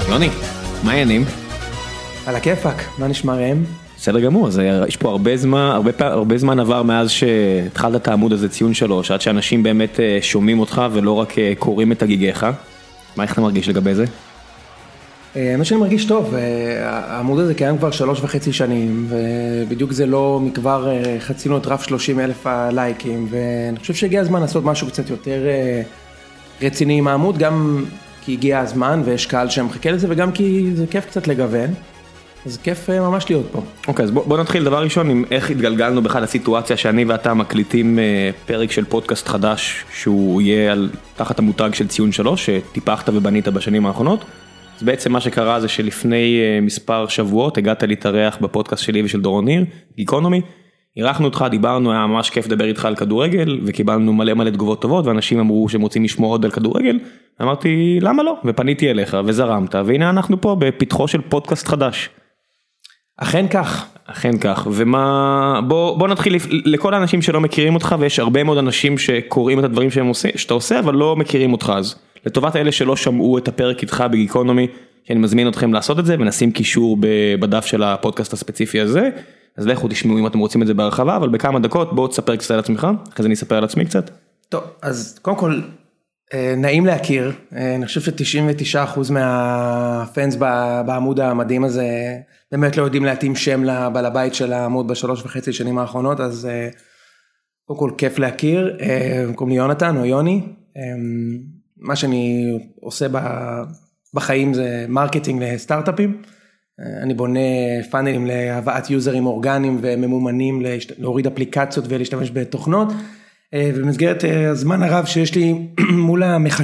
יוני, מה העניינים? על הכיפק, מה נשמע ראם? בסדר גמור, יש פה הרבה זמן עבר מאז שהתחלת את העמוד הזה ציון 3, עד שאנשים באמת שומעים אותך ולא רק קוראים את הגיגיך. מה איך אתה מרגיש לגבי זה? מה שאני מרגיש טוב, העמוד הזה קיים כבר 3.5 שנים, ובדיוק זה לא מכבר חצינו את רף 30,000 הלייקים, ואני חושב שהגיע הזמן לעשות משהו קצת יותר רציני עם העמוד, גם כי הגיע הזמן ויש קהל שמחכה לזה, וגם כי זה כיף קצת לגוון. אז כיף ממש להיות פה. אוקיי, אז בוא נתחיל דבר ראשון עם איך התגלגלנו בכלל לסיטואציה שאני ואתה מקליטים פרק של פודקאסט חדש שהוא יהיה תחת המותג של ציון 3 שטיפחת ובנית בשנים האחרונות. אז בעצם מה שקרה זה שלפני מספר שבועות הגעת להתארח בפודקאסט שלי ושל דורון ניר, גיקונומי. אירחנו אותך, דיברנו, היה ממש כיף לדבר איתך על כדורגל וקיבלנו מלא תגובות טובות ואנשים אמרו שהם רוצים לשמוע עוד על כדורגל. אמרתי למה לא? ופניתי אליך וזרמת והנה אנחנו פה בפתחו של פודקאסט חדש. אכן כך. אכן כך, ומה, בוא נתחיל לכל האנשים שלא מכירים אותך, ויש הרבה מאוד אנשים שקוראים את הדברים שאתה עושה, אבל לא מכירים אותך אז. לטובת האלה שלא שמעו את הפרק איתך בגיקונומי, שאני מזמין אתכם לעשות את זה, ונשים קישור בדף של הפודקאסט הספציפי הזה, אז לכו תשמעו אם אתם רוצים את זה בהרחבה, אבל בכמה דקות בואו תספר קצת על עצמך, אחרי זה אני אספר על עצמי קצת. טוב, אז קודם כל, נעים להכיר, אני חושב ש99% מהפנס בעמוד המדהים הזה, באמת לא יודעים להתאים שם לבעל הבית של העמוד ב3.5 שנים האחרונות, אז קודם כל כיף להכיר, קוראים לי יונתן או יוני, מה שאני עושה בחיים זה מרקטינג לסטארט-אפים, אני בונה פאנלים להבאת יוזרים אורגניים וממומנים להוריד אפליקציות ולהשתמש בתוכנות, ובמסגרת הזמן הרב שיש לי מול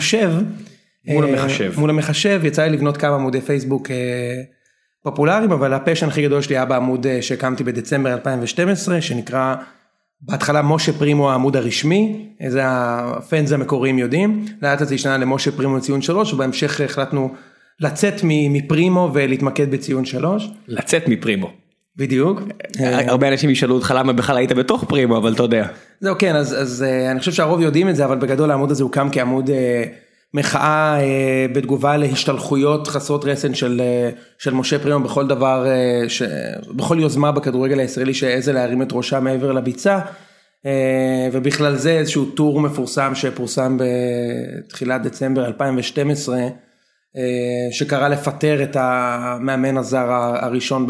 המחשב, יצא לי לבנות כמה עמודי פייסבוק פופולריים, אבל הפשן הכי גדול שלי היה בעמוד שהקמתי בדצמבר 2012, שנקרא בהתחלה משה פרימו העמוד הרשמי, זה הפנס המקוריים יודעים, לאט זה השתנה למשה פרימו ציון 3, ובהמשך החלטנו לצאת מפרימו ולהתמקד בציון 3. לצאת מפרימו. בדיוק. הרבה אנשים ישאלו אותך למה בכלל היית בתוך פרימו, אבל אתה יודע. זהו כן, אז אני חושב שהרוב יודעים את זה, אבל בגדול העמוד הזה הוקם כעמוד מחאה בתגובה להשתלחויות חסרות רסן של משה פרימו בכל דבר, בכל יוזמה בכדורגל הישראלי שאיזה להרים את ראשה מעבר לביצה, ובכלל זה איזשהו טור מפורסם שפורסם בתחילת דצמבר 2012, שקרא לפטר את המאמן הזר הראשון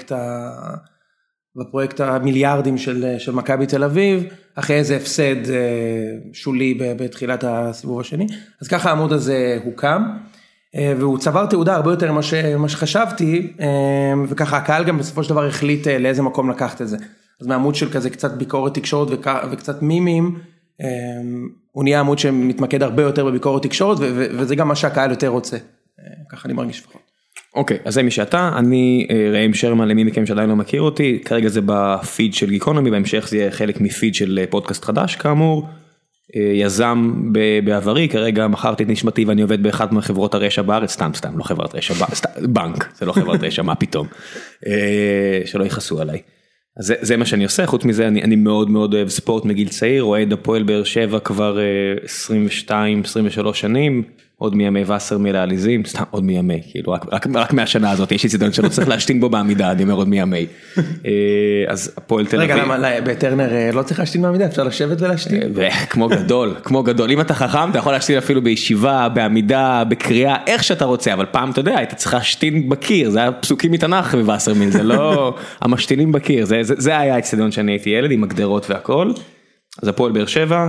בפרויקט המיליארדים של מכבי תל אביב, אחרי איזה הפסד שולי בתחילת הסיבוב השני. אז ככה העמוד הזה הוקם, והוא צבר תעודה הרבה יותר ממה שחשבתי, וככה הקהל גם בסופו של דבר החליט לאיזה מקום לקחת את זה. אז מהעמוד של כזה קצת ביקורת תקשורת וקצת מימים, הוא נהיה עמוד שמתמקד הרבה יותר בביקורת תקשורת, וזה גם מה שהקהל יותר רוצה. ככה אני מרגיש לפחות. אוקיי, אז זה מי שאתה, אני ראם שרמן, למי מכם שעדיין לא מכיר אותי, כרגע זה בפיד של גיקונומי, בהמשך זה יהיה חלק מפיד של פודקאסט חדש, כאמור, יזם בעברי, כרגע מכרתי את נשמתי ואני עובד באחת מחברות הרשע בארץ, סתם, לא חברת רשע, בנק, זה לא חברת רשע, מה פתאום, שלא יכעסו עליי. אז זה מה שאני עושה, חוץ מזה אני מאוד מאוד אוהב ספורט מגיל צעיר, אוהד הפועל באר שבע כבר 22-23 שנים, עוד מימי וסרמיל העליזים, סתם עוד מימי, כאילו רק מהשנה הזאת, יש לי צידון שלא צריך להשתין בו בעמידה, אני אומר עוד מימי. אז הפועל תל אביב. רגע, למה בטרנר לא צריך להשתין בעמידה, אפשר לשבת ולהשתין? כמו גדול, אם אתה חכם, אתה יכול להשתין אפילו בישיבה, בעמידה, בקריאה, איך שאתה רוצה, אבל פעם אתה יודע, היית צריך להשתין בקיר, זה היה פסוקים מתנ"ך בווסרמיל, זה לא המשתינים בקיר, זה היה הצידון שאני הייתי ילד עם הגדרות והכל. אז הפועל באר שבע,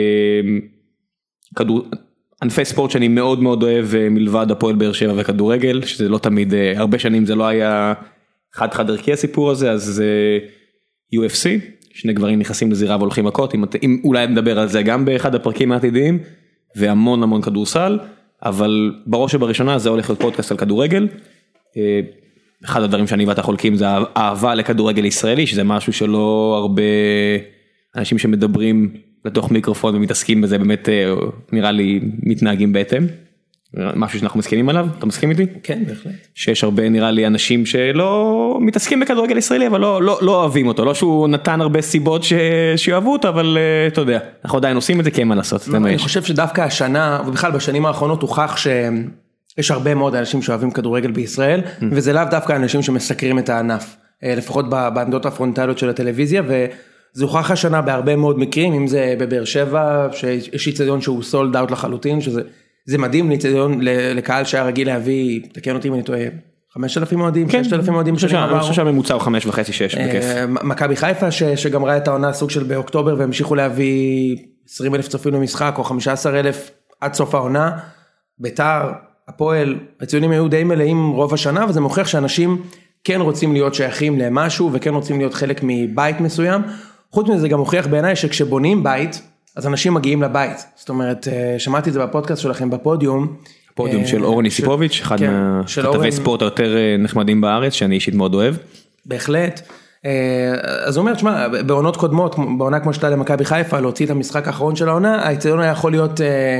ענפי ספורט שאני מאוד מאוד אוהב מלבד הפועל באר שבע וכדורגל, שזה לא תמיד, הרבה שנים זה לא היה חד ערכי הסיפור הזה, אז UFC, שני גברים נכנסים לזירה והולכים מכות, אם אולי נדבר על זה גם באחד הפרקים העתידיים, והמון כדורסל, אבל בראש ובראשונה זה הולך להיות פודקאסט על כדורגל, אחד הדברים שאני ואתה חולקים זה אהבה לכדורגל ישראלי, שזה משהו שלא הרבה אנשים שמדברים לתוך מיקרופון ומתעסקים בזה, באמת נראה לי מתנהגים בהתאם. משהו שאנחנו מסכימים עליו, אתה מסכים איתי? כן, בהחלט. שיש הרבה נראה לי אנשים שלא מתעסקים בכדורגל ישראלי, אבל לא אוהבים אותו, לא שהוא נתן הרבה סיבות שיאהבו אותו, אבל אתה יודע, אנחנו עדיין עושים את זה, כי אין מה לעשות. אני חושב שדווקא השנה, ובכלל בשנים האחרונות הוכח יש הרבה מאוד אנשים שאוהבים כדורגל בישראל, וזה לאו דווקא אנשים שמסקרים את הענף, לפחות בעמדות הפרונטליות של הטלוויזיה, וזה הוכח השנה בהרבה מאוד מקרים, אם זה בבאר שבע, שיש איצטדיון שהוא סולד אאוט לחלוטין, שזה מדהים לאיצטדיון, לקהל שהיה רגיל להביא, תקן אותי אם אני טועה, 5,000 אוהדים, 6,000 אוהדים בשנים עברו. אני חושב שהממוצע הוא 5.5-6 בכיף. מכבי חיפה שגמרה את העונה סוג של באוקטובר, והמשיכו להביא 20,000 צופים למשחק, או 15,000 עד סוף העונה, ביתר, הפועל, הציונים היו די מלאים רוב השנה, וזה מוכיח שאנשים כן רוצים להיות שייכים למשהו, וכן רוצים להיות חלק מבית מסוים. חוץ מזה, זה גם מוכיח בעיניי שכשבונים בית, אז אנשים מגיעים לבית. זאת אומרת, שמעתי את זה בפודקאט שלכם בפודיום. הפודיום של אורן יסיפוביץ', אחד מהכתבי ספורט היותר נחמדים בארץ, שאני אישית מאוד אוהב. בהחלט. אז הוא אומר, תשמע, בעונות קודמות, בעונה כמו שלה למכבי חיפה, להוציא את המשחק האחרון של העונה, האצטדיון היה יכול להיות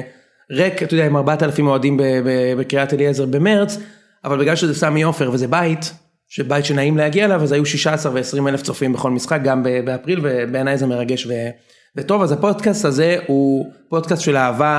ריק, אתה יודע, עם 4,000 אוהדים בקריית אליעזר במרץ, אבל בגלל שזה סמי עופר וזה בית, שבית שנעים להגיע אליו, אז היו 16 ו-20 אלף צופים בכל משחק, גם באפריל, ובעיניי זה מרגש וטוב. אז הפודקאסט הזה הוא פודקאסט של אהבה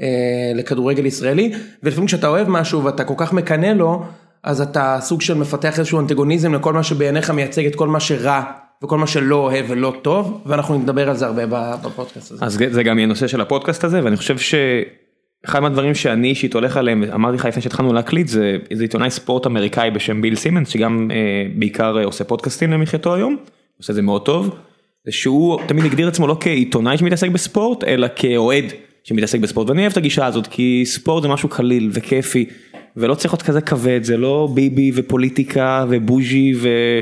לכדורגל ישראלי, ולפעמים כשאתה אוהב משהו ואתה כל כך מקנה לו, אז אתה סוג של מפתח איזשהו אנטגוניזם לכל מה שבעיניך מייצג את כל מה שרע, וכל מה שלא אוהב ולא טוב, ואנחנו נדבר על זה הרבה בפודקאסט הזה. אז זה גם יהיה נושא של הפודקאסט הזה, ואני חושב שאחד מהדברים שאני אישית הולך עליהם, אמרתי לך לפני שהתחלנו להקליט, זה איזה עיתונאי ספורט אמריקאי בשם ביל סימנס, שגם בעיקר עושה פודקאסטים למחייתו היום, עושה זה מאוד טוב, זה שהוא תמיד הגדיר עצמו לא כעיתונאי שמתעסק בספורט, אלא כאוהד שמתעסק בספורט, ואני אוהב את הגישה הזאת, כי ספורט זה משהו קליל וכיפי, ולא צריך להיות כזה כבד, זה לא ביבי ופוליטיקה ובוז'י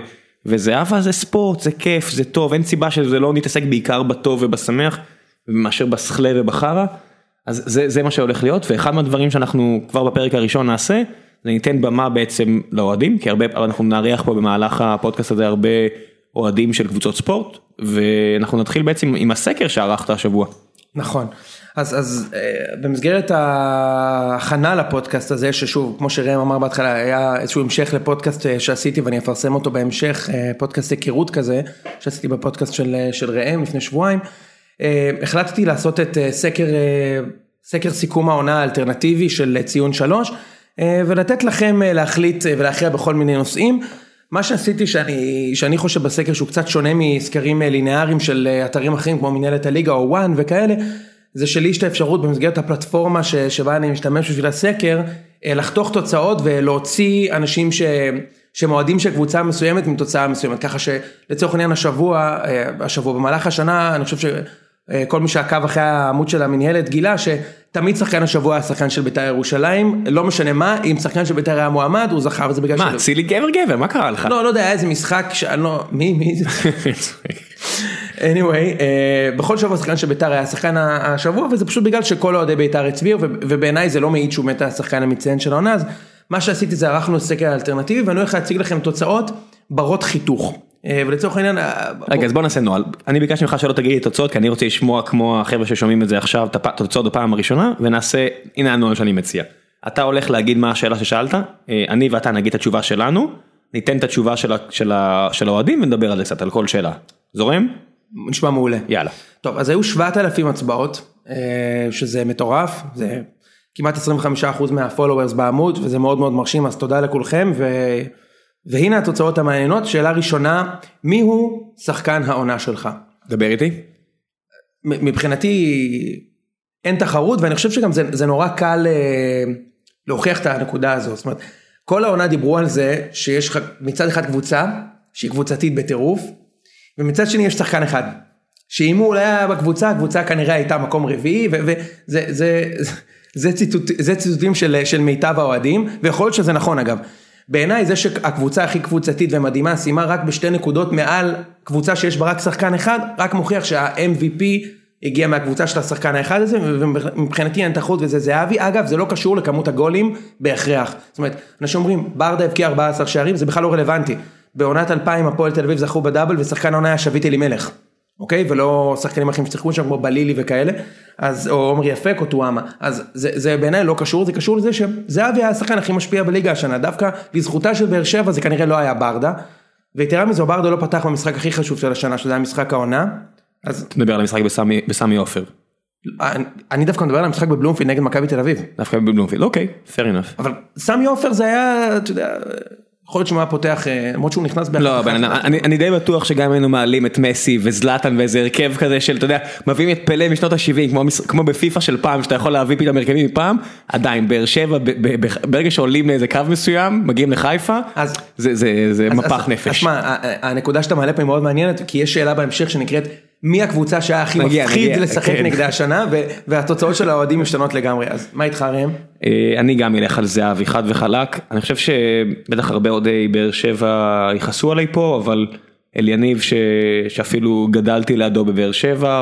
וזה, אבל זה ספורט, זה כיף, זה טוב, אין סיבה שזה לא נתעסק בעיקר בטוב ובשמח, מאשר בשכלה ובחרה, אז זה מה שהולך להיות, ואחד מהדברים שאנחנו כבר בפרק הראשון נעשה, זה ניתן במה בעצם לאוהדים, כי אנחנו נעריך פה במהלך הפודקאסט הזה הרבה אוהדים של קבוצות ספורט, ואנחנו נתחיל בעצם עם הסקר שערכת השבוע. נכון, אז במסגרת ההכנה לפודקאסט הזה, ששוב, כמו שראם אמר בהתחלה, היה איזשהו המשך לפודקאסט שעשיתי, ואני אפרסם אותו בהמשך, פודקאסט היכרות כזה, שעשיתי בפודקאסט של ראם לפני שבועיים, החלטתי לעשות את סקר סיכום העונה האלטרנטיבי של ציון 3, ולתת לכם להחליט ולהכריע בכל מיני נושאים. מה שעשיתי שאני חושב בסקר שהוא קצת שונה מסקרים לינאריים של אתרים אחרים כמו מנהלת הליגה או וואן וכאלה, זה שלי יש את האפשרות במסגרת הפלטפורמה שבה אני משתמש בשביל הסקר, לחתוך תוצאות ולהוציא אנשים שמועדים של קבוצה מסוימת עם תוצאה מסוימת, ככה שלצורך העניין השבוע במהלך השנה אני חושב שכל מי שעקב אחרי העמוד של המנהלת גילה שתמיד שחקן השבוע היה שחקן של בית"ר ירושלים, לא משנה מה, אם שחקן של בית"ר היה מועמד הוא זכה, וזה בגלל מה, צילי גבר, מה קרה לך? לא יודע, היה איזה משחק שאני לא, מי זה? anyway, בכל שבוע שחקן של בית"ר היה שחקן השבוע, וזה פשוט בגלל שכל אוהדי בית"ר הצביעו, ובעיניי זה לא מעיד שהוא מת השחקן המצטיין של העונה, אז מה שעשיתי זה ערכנו סקר אלטרנטיבי, ואני הולך להציג לכם תוצאות ברות חיתוך. ולצורך העניין... רגע, אז בוא נעשה נועל. אני ביקשתי ממך שלא תגיד לי תוצאות, כי אני רוצה לשמוע כמו החבר'ה ששומעים את זה עכשיו, את התוצאות בפעם הראשונה, ונעשה, הנה הנועל שאני מציע. אתה הולך להגיד מה השאלה ששאלת, אני ואתה נגיד את התשובה שלנו, ניתן את התשובה של האוהדים, ונדבר על זה קצת, על כל שאלה. זורם? נשמע מעולה. יאללה. טוב, אז היו 7,000 הצבעות, שזה מטורף, זה כמעט 25% מהפולוורס בעמוד, וזה מאוד מאוד מרשים, אז תודה לכולכם, והנה התוצאות המעניינות. שאלה ראשונה, מי הוא שחקן העונה שלך? דבר איתי. מבחינתי אין תחרות, ואני חושב שגם זה נורא קל להוכיח את הנקודה הזאת. זאת אומרת, כל העונה דיברו על זה שיש מצד אחד קבוצה, שהיא קבוצתית בטירוף, ומצד שני יש שחקן אחד, שאם הוא אולי היה בקבוצה, הקבוצה כנראה הייתה מקום רביעי, וזה ציטוטים של מיטב האוהדים, ויכול להיות שזה נכון אגב. בעיניי זה שהקבוצה הכי קבוצתית ומדהימה סיימה רק בשתי נקודות מעל קבוצה שיש בה רק שחקן אחד, רק מוכיח שה-MVP הגיע מהקבוצה של השחקן האחד הזה, ומבחינתי אין תחרות וזה זהבי. אגב, זה לא קשור לכמות הגולים בהכרח. זאת אומרת, אנשים אומרים, ברדה הבקיע 14 שערים, זה בכלל לא רלוונטי. בעונת 2000 הפועל תל אביב זכו בדאבל, ושחקן העונה היה שביט אלימלך. אוקיי? ולא שחקנים אחרים שצריכו שם כמו בלילי וכאלה, או עומרי אפק או טועמה. אז זה בעיניי לא קשור, זה קשור לזה שזהבי היה השחקן הכי משפיע בליגה השנה, דווקא לזכותה של באר שבע זה כנראה לא היה ברדה, ויתרה מזו ברדה לא פתח במשחק הכי חשוב של השנה, שזה היה משחק העונה. נדבר על המשחק בסמי עופר. אני דווקא מדבר על המשחק בבלומפילד נגד מכבי תל אביב. דווקא בבלומפילד, אוקיי, fair enough. אבל סמי עופר זה היה, אתה יודע, יכול להיות שהוא היה פותח, למרות שהוא נכנס באחת. לא, אני די בטוח שגם היינו מעלים את מסי וזלאטן ואיזה הרכב כזה של, אתה יודע, מביאים את פלא משנות ה-70, כמו בפיפה של פעם, שאתה יכול להביא פתאום הרכבים מפעם, עדיין, באר שבע, ברגע שעולים לאיזה קו מסוים, מגיעים לחיפה, זה מפח נפש. אז מה, הנקודה שאתה מעלה פה היא מאוד מעניינת, כי יש שאלה בהמשך שנקראת, מי הקבוצה שהיה הכי מפחיד לשחק נגדה השנה, והתוצאות של האוהדים משתנות לגמרי, אז מה איתך ראם? אני גם אלך על זהבי, חד וחלק, אני חושב שבטח הרבה אוהדי באר שבע יכעסו עליי פה, אבל אליניב שאפילו גדלתי לידו בבאר שבע,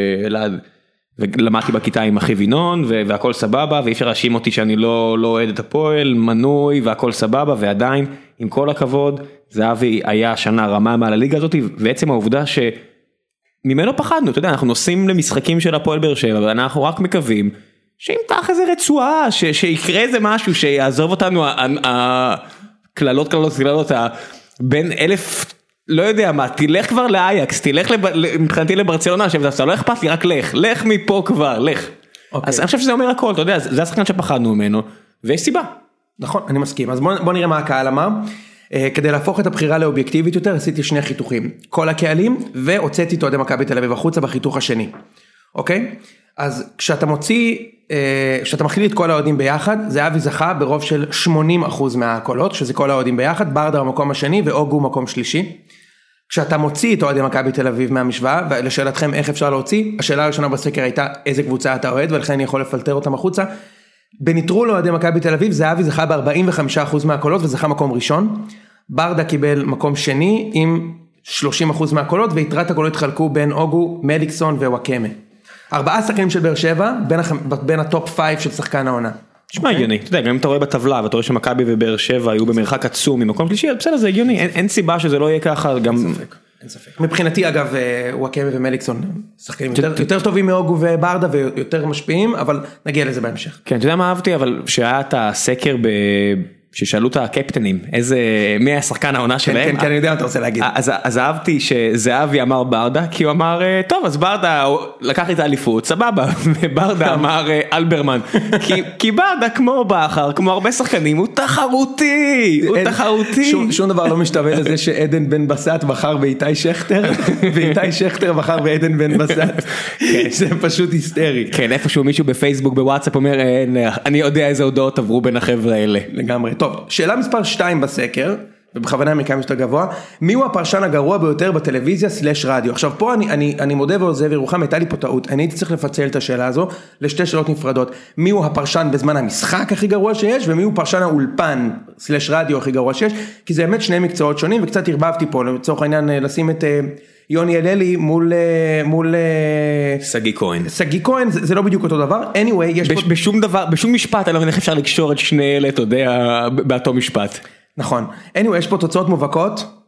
ולמדתי בכיתה עם אחי וינון, והכל סבבה, ואי אפשר להאשים אותי שאני לא אוהד את הפועל, מנוי, והכל סבבה, ועדיין, עם כל הכבוד, זהבי היה שנה רמה מעל הליגה הזאת, ועצם העובדה ממנו פחדנו, אתה יודע, אנחנו נוסעים למשחקים של הפועל באר שבע, ואנחנו רק מקווים, שאם תח איזה רצועה, שיקרה איזה משהו, שיעזוב אותנו, כללות, בין 1000, לא יודע מה, תלך כבר לאייקס, תלך מבחינתי לברצלונה, שאתה לא אכפת לי, רק לך מפה כבר, לך. אז אני חושב שזה אומר הכל, אתה יודע, זה השחקן שפחדנו ממנו, ויש סיבה. נכון, אני מסכים, אז בוא נראה מה הקהל אמר. כדי להפוך את הבחירה לאובייקטיבית יותר, עשיתי שני חיתוכים, כל הקהלים, והוצאתי את אוהדי מכבי תל אביב החוצה בחיתוך השני, אוקיי? אז כשאתה מחליט את כל האוהדים ביחד, זהבי זכה ברוב של 80% מהקולות, שזה כל האוהדים ביחד, ברדה במקום השני ואוגו מקום שלישי. כשאתה מוציא את אוהדי מכבי תל אביב מהמשוואה, ולשאלתכם איך אפשר להוציא, השאלה הראשונה בסקר הייתה איזה קבוצה אתה אוהד, ולכן אני יכול לפלטר אותם החוצה. בניטרול אוהדי מכבי תל אביב, זהבי זכה ב-45% מהקולות וזכה מקום ראשון, ברדה קיבל מקום שני עם 30% מהקולות, ויתרת הקולות התחלקו בין אוגו, מליקסון ווואקמה. 4 שחקנים של באר שבע, בין הטופ 5 של שחקן העונה. תשמע, הגיוני, אתה יודע, גם אם אתה רואה בטבלה, ואתה רואה שמכבי ובאר שבע היו במרחק עצום ממקום שלישי, בסדר, זה הגיוני, אין סיבה שזה לא יהיה ככה, גם... אין ספק. מבחינתי אגב, וואקמה ומליקסון שחקנים יותר טובים מאוגו וברדה ויותר משפיעים, אבל נגיע לזה בהמשך. כן, אתה יודע מה אהבתי, אבל שהיה את הסקר ששאלו את הקפטנים, מי היה שחקן העונה שלהם? כן, אני יודע מה אתה רוצה להגיד. אז אהבתי שזהבי אמר ברדה, כי הוא אמר, טוב, אז ברדה לקח את האליפות, סבבה, וברדה אמר אלברמן, כי ברדה כמו בכר, כמו הרבה שחקנים, הוא תחרותי, שום דבר לא משתווה לזה שעדן בן בסט בחר באיתי שכטר, ואיתי שכטר בחר בעדן בן בסט, זה פשוט היסטרי. כן, איפשהו מישהו בפייסבוק, בוואטסאפ אומר, אני יודע איזה הודעות עברו בין החבר'ה האלה. לגמרי. טוב, שאלה מספר 2 בסקר, ובכוונה מכמה יותר גבוה, מי הוא הפרשן הגרוע ביותר בטלוויזיה / רדיו? עכשיו פה אני מודה ועוזב ירוחם, הייתה לי פה טעות, אני הייתי צריך לפצל את השאלה הזו לשתי שאלות נפרדות, מי הוא הפרשן בזמן המשחק הכי גרוע שיש, ומי הוא פרשן האולפן / רדיו הכי גרוע שיש, כי זה באמת שני מקצועות שונים, וקצת הרבבתי פה, לצורך העניין לשים את... יוני אללי מול סגי כהן. סגי כהן זה לא בדיוק אותו דבר. anyway, יש בשום דבר, בשום משפט, אני לא מבין איך אפשר לקשור את שני אלה, אתה יודע, באותו משפט. נכון. anyway, יש פה תוצאות מובהקות.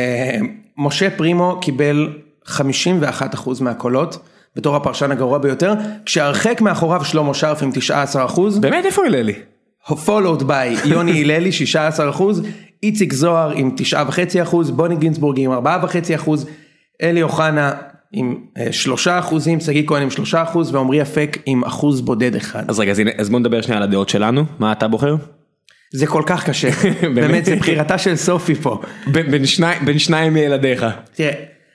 משה פרימו קיבל 51% מהקולות, בתור הפרשן הגרוע ביותר, כשהרחק מאחוריו שלמה שרף עם 19%. באמת, איפה אללי? followed by יוני אללי 16%, איציק זוהר עם 9.5%, בוני גינסבורג עם 4.5%, אלי אוחנה עם 3%, סגי כהן עם 3%, ועומרי אפק עם 1% בודד. אז רגע, אז בוא נדבר שנייה על הדעות שלנו, מה אתה בוחר? זה כל כך קשה, באמת זה בחירתה של סופי פה. בין שניים מילדיך. תראה,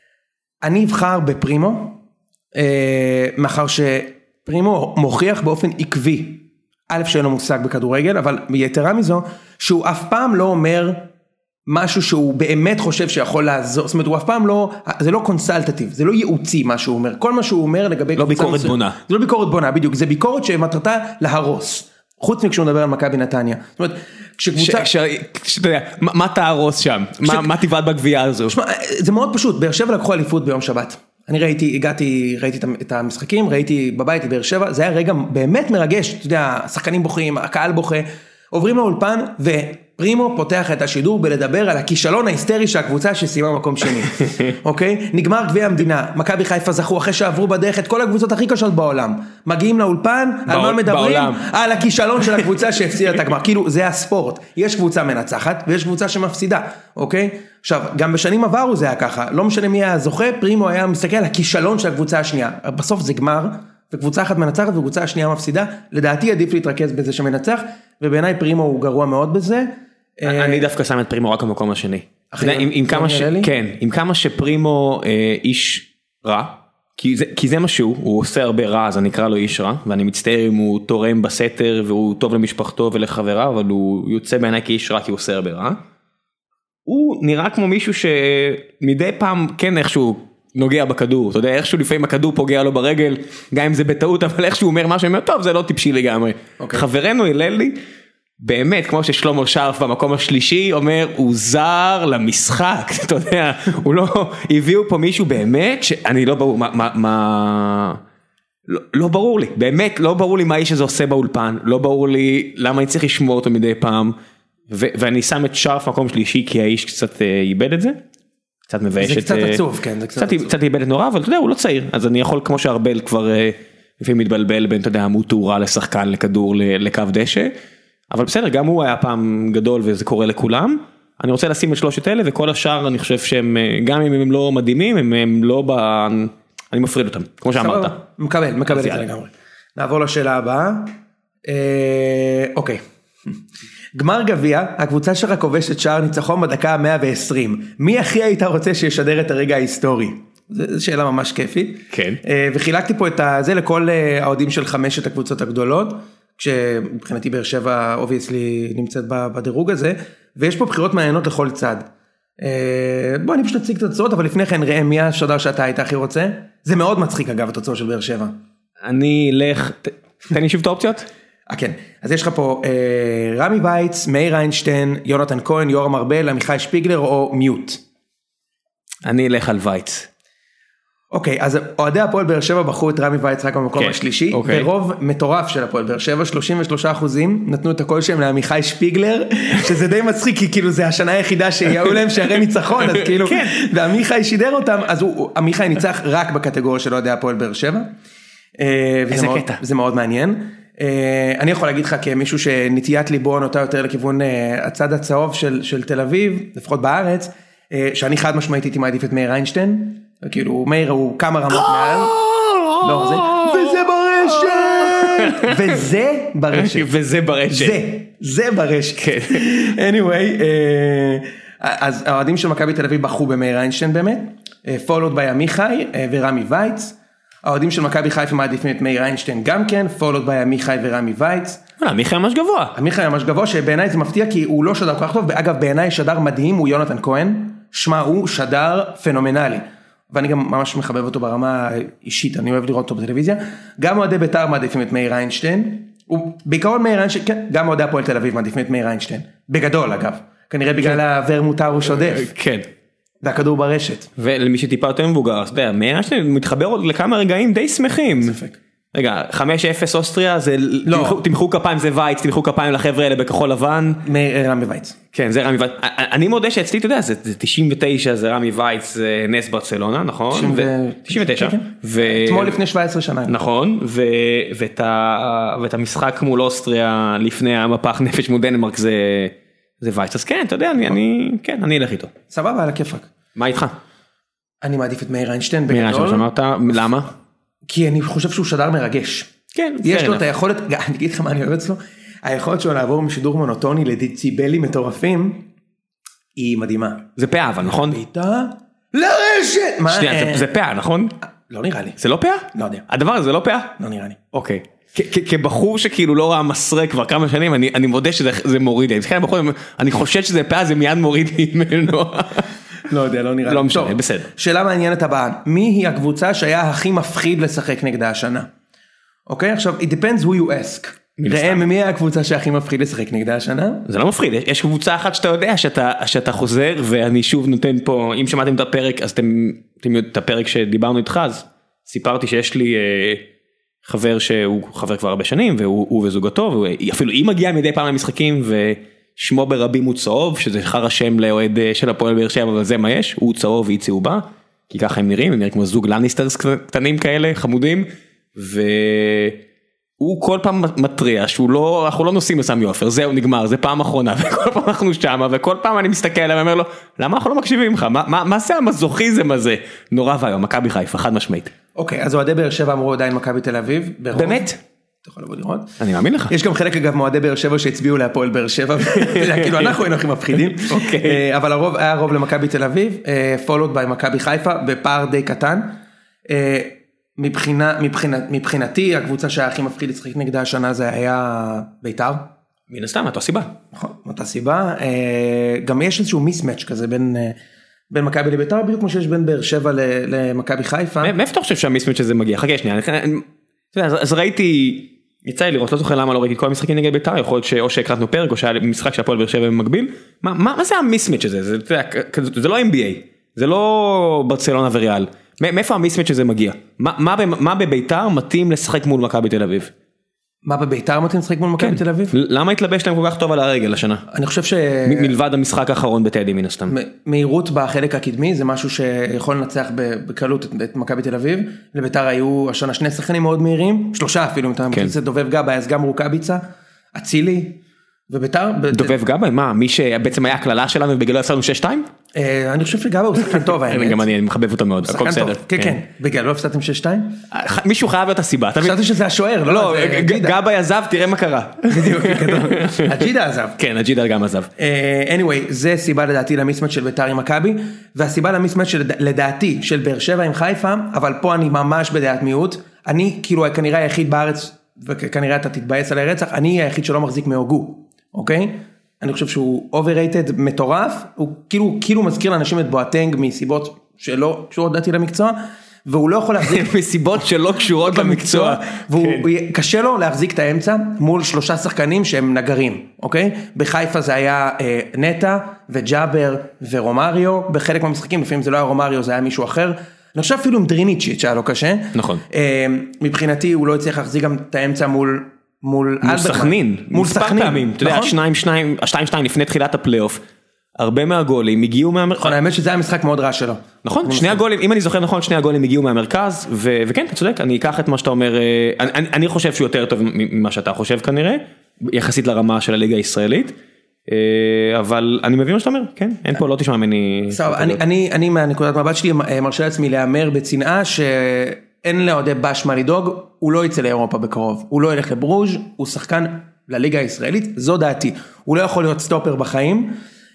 אני אבחר בפרימו, מאחר שפרימו מוכיח באופן עקבי, א' שאין לו מושג בכדורגל, אבל יתרה מזו, שהוא אף פעם לא אומר משהו שהוא באמת חושב שיכול לעזור, זאת אומרת הוא אף פעם לא, זה לא קונסלטטיב, זה לא ייעוצי מה שהוא אומר, כל מה שהוא אומר לגבי... לא ביקורת בונה. זה לא ביקורת בונה, בדיוק, זה ביקורת שמטרתה להרוס, חוץ מכשהוא מדבר על מכבי נתניה, זאת אומרת, כשקבוצה... שאתה יודע, מה תהרוס שם? מה תבעט בגבייה הזו? שמה, זה מאוד פשוט, באר שבע לקחו אליפות ביום שבת, אני ראיתי את המשחקים, ראיתי בבית באר שבע, זה היה רגע באמת מרגש, אתה יודע, השחקנים בוכים, הקהל בוכה, עוברים לאולפן ופרימו פותח את השידור בלדבר על הכישלון ההיסטרי של הקבוצה שסיימה מקום שני, אוקיי? נגמר גביע המדינה, מכבי חיפה זכו אחרי שעברו בדרך את כל הקבוצות הכי קשות בעולם, מגיעים לאולפן, על מה מדברים? על הכישלון של הקבוצה שהפסידה את הגמר, כאילו זה הספורט, יש קבוצה מנצחת ויש קבוצה שמפסידה, אוקיי? עכשיו, גם בשנים עברו זה היה ככה, לא משנה מי היה זוכה, פרימו היה מסתכל על הכישלון של הקבוצה השנייה, בסוף זה גמר, וקבוצה אחת מנצחת וקבוצה השנייה מפסידה, לדעתי עדיף להתרכז בזה שמנצח, ובעיניי פרימו הוא גרוע מאוד בזה. אני דווקא שם את פרימו רק במקום השני. עם כמה שפרימו איש רע, כי זה משהו, הוא עושה הרבה רע, אז אני אקרא לו איש רע, ואני מצטער אם הוא תורם בסתר, והוא טוב למשפחתו ולחברה, אבל הוא יוצא בעיניי כאיש רע, כי הוא עושה הרבה רע. הוא נראה כמו מישהו שמדי פעם כן איכשהו נוגע בכדור, אתה יודע, איכשהו לפעמים הכדור פוגע לו ברגל, גם אם זה בטעות, אבל איכשהו אומר משהו, אומר, טוב, זה לא טיפשי לגמרי. חברנו הללי, באמת, כמו ששלמה שרף במקום השלישי, אומר, הוא זר למשחק, אתה יודע, הוא לא, הביאו פה מישהו באמת, שאני לא ברור, לא ברור לי, באמת, לא ברור לי מה האיש הזה עושה באולפן, לא ברור לי למה אני צריך לשמור אותו מדי פעם, ואני שם את שרף במקום שלישי, כי האיש קצת איבד את זה, קצת מבייש את... זה קצת עצוב, כן, זה קצת עצוב. קצת איבד את נורא, אבל אתה יודע, הוא לא צעיר, אז אני יכול, כמו שהרבל כבר לפעמים מתבלבל בין, אתה יודע, עמוד תאורה לשחקן, לכדור, לקו דשא, אבל בסדר, גם הוא היה פעם גדול וזה קורה לכולם. אני רוצה לשים את שלושת אלה, וכל השאר אני חושב שהם, גם אם הם לא מדהימים, הם לא אני מפריד אותם, כמו שאמרת. מקבל את זה לגמרי. נעבור לשאלה הבאה. אוקיי. גמר גביע, הקבוצה שלך כובשת שער ניצחון בדקה 120. מי הכי היית רוצה שישדר את הרגע ההיסטורי? זו שאלה ממש כיפית. כן. וחילקתי פה את זה לכל האוהדים של 5 הקבוצות הגדולות. כשבחינתי באר שבע obviously נמצאת בדירוג הזה, ויש פה בחירות מעניינות לכל צד. בוא אני פשוט אציג את התוצאות, אבל לפני כן ראם, מי השדר שאתה היית הכי רוצה? זה מאוד מצחיק אגב התוצאות של באר שבע. אני אלך, תן לי שוב את האופציות? כן, אז יש לך פה רמי וייץ, מאיר איינשטיין, יונתן כהן, יורם ארבל, עמיחי שפיגלר או מיוט. אני אלך על וייץ. אוקיי, אז אוהדי הפועל באר שבע בחרו את רמי וייץ רק במקום השלישי, ברוב מטורף של הפועל באר שבע, 33% נתנו את הקול שלהם לעמיחי שפיגלר, שזה די מצחיק, כי כאילו זה השנה היחידה שיהיו להם שערי ניצחון, אז כאילו, ועמיחי שידר אותם, אז עמיחי ניצח רק בקטגוריה של אוהדי הפועל באר שבע. איזה קטע. זה מאוד מעניין. אני יכול להגיד לך כמישהו שנטיית ליבו נוטה יותר לכיוון הצד הצהוב של תל אביב, לפחות בארץ, שאני חד משמעית הייתי מעדיף את מאיר איינשטיין, כאילו מאיר הוא כמה רמות מעל, וזה ברשת, זה ברשת, anyway, אז האוהדים של מכבי תל אביב בחרו במאיר איינשטיין באמת, followed by עמיחי ורמי וייץ, האוהדים של מכבי חיפה מעדיפים את מאיר איינשטיין גם כן, followed by עמיחי ורמי וייץ. עמיחי ממש גבוה. עמיחי ממש גבוה, שבעיניי זה מפתיע כי הוא לא שדר כל כך טוב, ואגב בעיניי שדר מדהים הוא יונתן כהן, שמה הוא שדר פנומנלי, ואני גם ממש מחבב אותו ברמה אישית, אני אוהב לראות אותו בטלוויזיה, גם אוהדי בית"ר מעדיפים את מאיר איינשטיין, בעיקרון מאיר איינשטיין, כן, גם אוהדי הפועל תל אביב מעדיפים את מאיר איינשטיין, בגדול אגב, כנראה בגלל העבר מותר הוא שודף. כן. והכדור ברשת. ולמי שטיפה יותר מבוגר, אתה יודע, מאיר איינשטיין מתחבר עוד לכמה רגעים די שמחים. ספק. רגע, 5-0 אוסטריה, זה, תמחאו כפיים זה וייץ, תמחאו כפיים לחבר'ה האלה בכחול לבן. רמי וייץ. כן, זה רמי וייץ. אני מודה שאצלי, אתה יודע, זה 99, זה רמי וייץ, זה נס ברצלונה, נכון? 99. אתמול לפני 17 שנה. נכון, ואת המשחק מול אוסטריה, לפני המפח נפש מול דנמרק, זה וייץ. אז כן, אתה יודע, אני אלך איתו. סבבה, על הכיפק. מה איתך? אני מעדיף את מאיר איינשטיין בגדול. מאיר איינשטיין, שמעת, למה? כי אני חושב שהוא שדר מרגש. כן, יש לו את היכולת, אני אגיד לך מה אני אוהב אצלו, היכולת שלו לעבור משידור מונוטוני לדציבלים מטורפים, היא מדהימה. זה פאה, אבל נכון? ביתה לרשת! שנייה, זה פאה, נכון? לא נראה לי. זה לא פאה? לא יודע. הדבר הזה לא פאה? לא נראה לי. אוקיי. כבחור שכאילו לא ראה מסרק כבר כמה שנים, אני מודה שזה מוריד לי. אני חושב שזה פאה, זה מיד מוריד לי ממנו. לא יודע, לא נראה לי. לא משנה, בסדר. שאלה מעניינת הבאה, מי היא הקבוצה שהיה הכי מפחיד לשחק נגדה השנה? אוקיי, עכשיו, it depends who you ask. ראם, מי היה הקבוצה שהכי מפחיד לשחק נגדה השנה? זה לא מפחיד, יש קבוצה אחת שאתה יודע שאתה חוזר, ואני שוב נותן פה, אם שמעתם את הפרק, אז אתם יודעים את הפרק שדיברנו איתך, אז סיפרתי שיש לי חבר שהוא חבר כבר הרבה שנים, והוא וזוגתו, ואפילו היא מגיעה מדי פעם למשחקים, שמו ברבים הוא צהוב, שזה חר השם לאוהד של הפועל באר שבע, אבל זה מה יש, הוא צהוב והיא צהובה, כי ככה הם נראים כמו זוג לניסטרס קטנים כאלה, חמודים, הוא כל פעם מטריע שהוא לא, אנחנו לא נוסעים לסמי עופר, זהו נגמר, זה פעם אחרונה, וכל פעם אנחנו שמה, וכל פעם אני מסתכל עליהם ואומר לו, למה אנחנו לא מקשיבים לך? מה זה המזוכיזם הזה? נורא והיום, מכבי חיפה, חד משמעית. אוקיי, אז אוהדי באר שבע אמרו עדיין מכבי תל אביב. באמת? אתה יכול לבוא לראות. אני מאמין לך. יש גם חלק אגב מועדי באר שבע שהצביעו להפועל באר שבע, כאילו אנחנו היינו הכי מפחידים, אבל הרוב היה רוב למכבי תל אביב, followed by מכבי חיפה, בפער די קטן. מבחינתי הקבוצה שהיה הכי מפחיד לשחק נגדה השנה זה היה בית"ר. מן הסתם, אותה סיבה. נכון, אותה סיבה. גם יש איזשהו מיסמץ' כזה בין מכבי לבית"ר, בדיוק כמו שיש בין באר שבע למכבי חיפה. מאיפה אתה חושב שהמיסמץ' הזה מגיע? חכה שנייה, אז ראיתי, יצא לי לראות, לא זוכר למה לא ראיתי את כל המשחקים נגד בית"ר, יכול להיות שאו שהקלטנו פרק או שהיה משחק שהפועל באר שבע במקביל. מה זה המיסמץ' הזה? זה לא NBA, זה לא ברצלונה וריאל. מאיפה המיסמץ' הזה מגיע? מה בבית"ר מתאים לשחק מול מכבי תל אביב? מה בבית"ר מתאים לשחק מול מכבי תל אביב? למה התלבש להם כל כך טוב על הרגל השנה? אני חושב מלבד המשחק האחרון בטדי מן הסתם. מהירות בחלק הקדמי זה משהו שיכול לנצח בקלות את מכבי תל אביב. לבית"ר היו השנה שני שחקנים מאוד מהירים, שלושה אפילו, אם אתה מכניס את דובב גבאי, אז גם רוקאביצה, אצילי, ובית"ר. דובב גבאי, מה? מי שבעצם היה הכללה שלנו ובגללו הפסדנו 6-2? אני חושב שגבאי הוא שחקן טוב, האמת. גם אני מחבב אותו מאוד, הכל בסדר. כן, כן, בגללו הפסדתם 6-2? מישהו חייב להיות הסיבה. חשבתי שזה השוער, לא, גבאי עזב, תראה מה קרה. בדיוק, אג'ידה עזב. כן, אג'ידה גם עזב. anyway, זה סיבה לדעתי למיסמץ' של בית"ר עם מכבי, והסיבה למיסמץ' לדעתי של באר שבע עם חיפה, אבל פה אני ממש בדעת מיעוט. אני כאילו כנראה היחיד בארץ, וכנראה אתה תתבאס על הרצח, אני היחיד שלא מחזיק מהוגו, אוקיי? אני חושב שהוא overrated מטורף, הוא כאילו מזכיר לאנשים את בואטנג מסיבות שלא קשורות דעתי למקצוע, והוא לא יכול להחזיק מסיבות שלא קשורות למקצוע, קשה לו להחזיק את האמצע מול שלושה שחקנים שהם נגרים, אוקיי? בחיפה זה היה נטה וג'אבר ורומריו, בחלק מהמשחקים, לפעמים זה לא היה רומריו, זה היה מישהו אחר, אני חושב אפילו עם דריניצ'יץ' שהיה לו קשה, נכון. מבחינתי הוא לא הצליח להחזיק גם את האמצע מול סכנין, מספר פעמים, אתה יודע, 2-2 לפני תחילת הפלייאוף, הרבה מהגולים הגיעו מהמרכז. נכון, האמת שזה היה משחק מאוד רע שלו. נכון, שני הגולים, אם אני זוכר נכון, שני הגולים הגיעו מהמרכז, וכן, אתה צודק, אני אקח את מה שאתה אומר, אני חושב שהוא יותר טוב ממה שאתה חושב כנראה, יחסית לרמה של הליגה הישראלית, אבל אני מבין מה שאתה אומר, כן, אין פה, לא תשמע ממני. אני מהנקודת מבט שלי מרשה לעצמי להיאמר בצנעה אין לעודי בש מה לדאוג, הוא לא יצא לאירופה בקרוב, הוא לא ילך לברוז', הוא שחקן לליגה הישראלית, זו דעתי, הוא לא יכול להיות סטופר בחיים,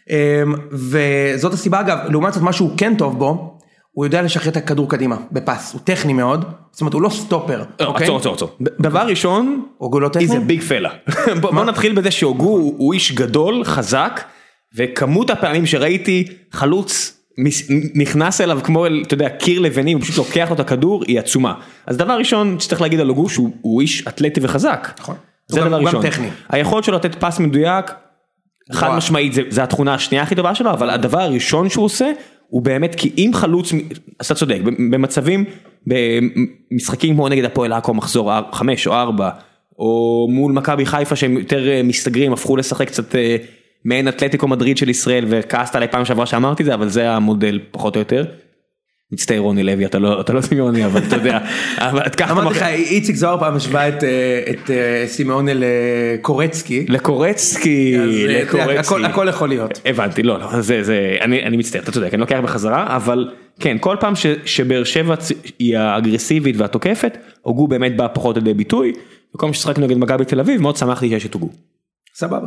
וזאת הסיבה אגב, לעומת זאת מה שהוא כן טוב בו, הוא יודע לשחרר את הכדור קדימה, בפס, הוא טכני מאוד, זאת אומרת הוא לא סטופר. עצור. דבר ראשון, אוגו לא טכני? he's a big fella. בוא נתחיל בזה שאוגו הוא איש גדול, חזק, וכמות הפעמים שראיתי חלוץ, נכנס אליו כמו, אתה יודע, קיר לבני, הוא פשוט לוקח לו את הכדור, היא עצומה. אז דבר ראשון שצריך להגיד על אוגו, שהוא איש אתלטי וחזק. נכון. זה דבר ראשון. הוא גם טכני. היכולת שלו לתת פס מדויק, חד משמעית, זה התכונה השנייה הכי טובה שלו, אבל הדבר הראשון שהוא עושה, הוא באמת, כי אם חלוץ, אז אתה צודק, במצבים, במשחקים כמו נגד הפועל עכו מחזור 5 או 4, או מול מכבי חיפה שהם יותר מסתגרים, הפכו לשחק קצת מעין אתלטיקו מדריד של ישראל, וכעסת עליי פעם שעברה שאמרתי את זה, אבל זה המודל פחות או יותר. מצטער רוני לוי, אתה לא סימאוני, אבל אתה יודע. אמרתי לך, איציק זוהר פעם השווה את סימאוני לקורצקי. לקורצקי. הכל יכול להיות. הבנתי, לא, אני מצטער, אתה צודק, אני לוקח בחזרה, אבל כן, כל פעם שבאר שבע היא האגרסיבית והתוקפת, אוגו באמת בא פחות לידי ביטוי, וכל מה ששחקנו נגד מכבי תל אביב, מאוד שמחתי שיש את אוגו. סבבה.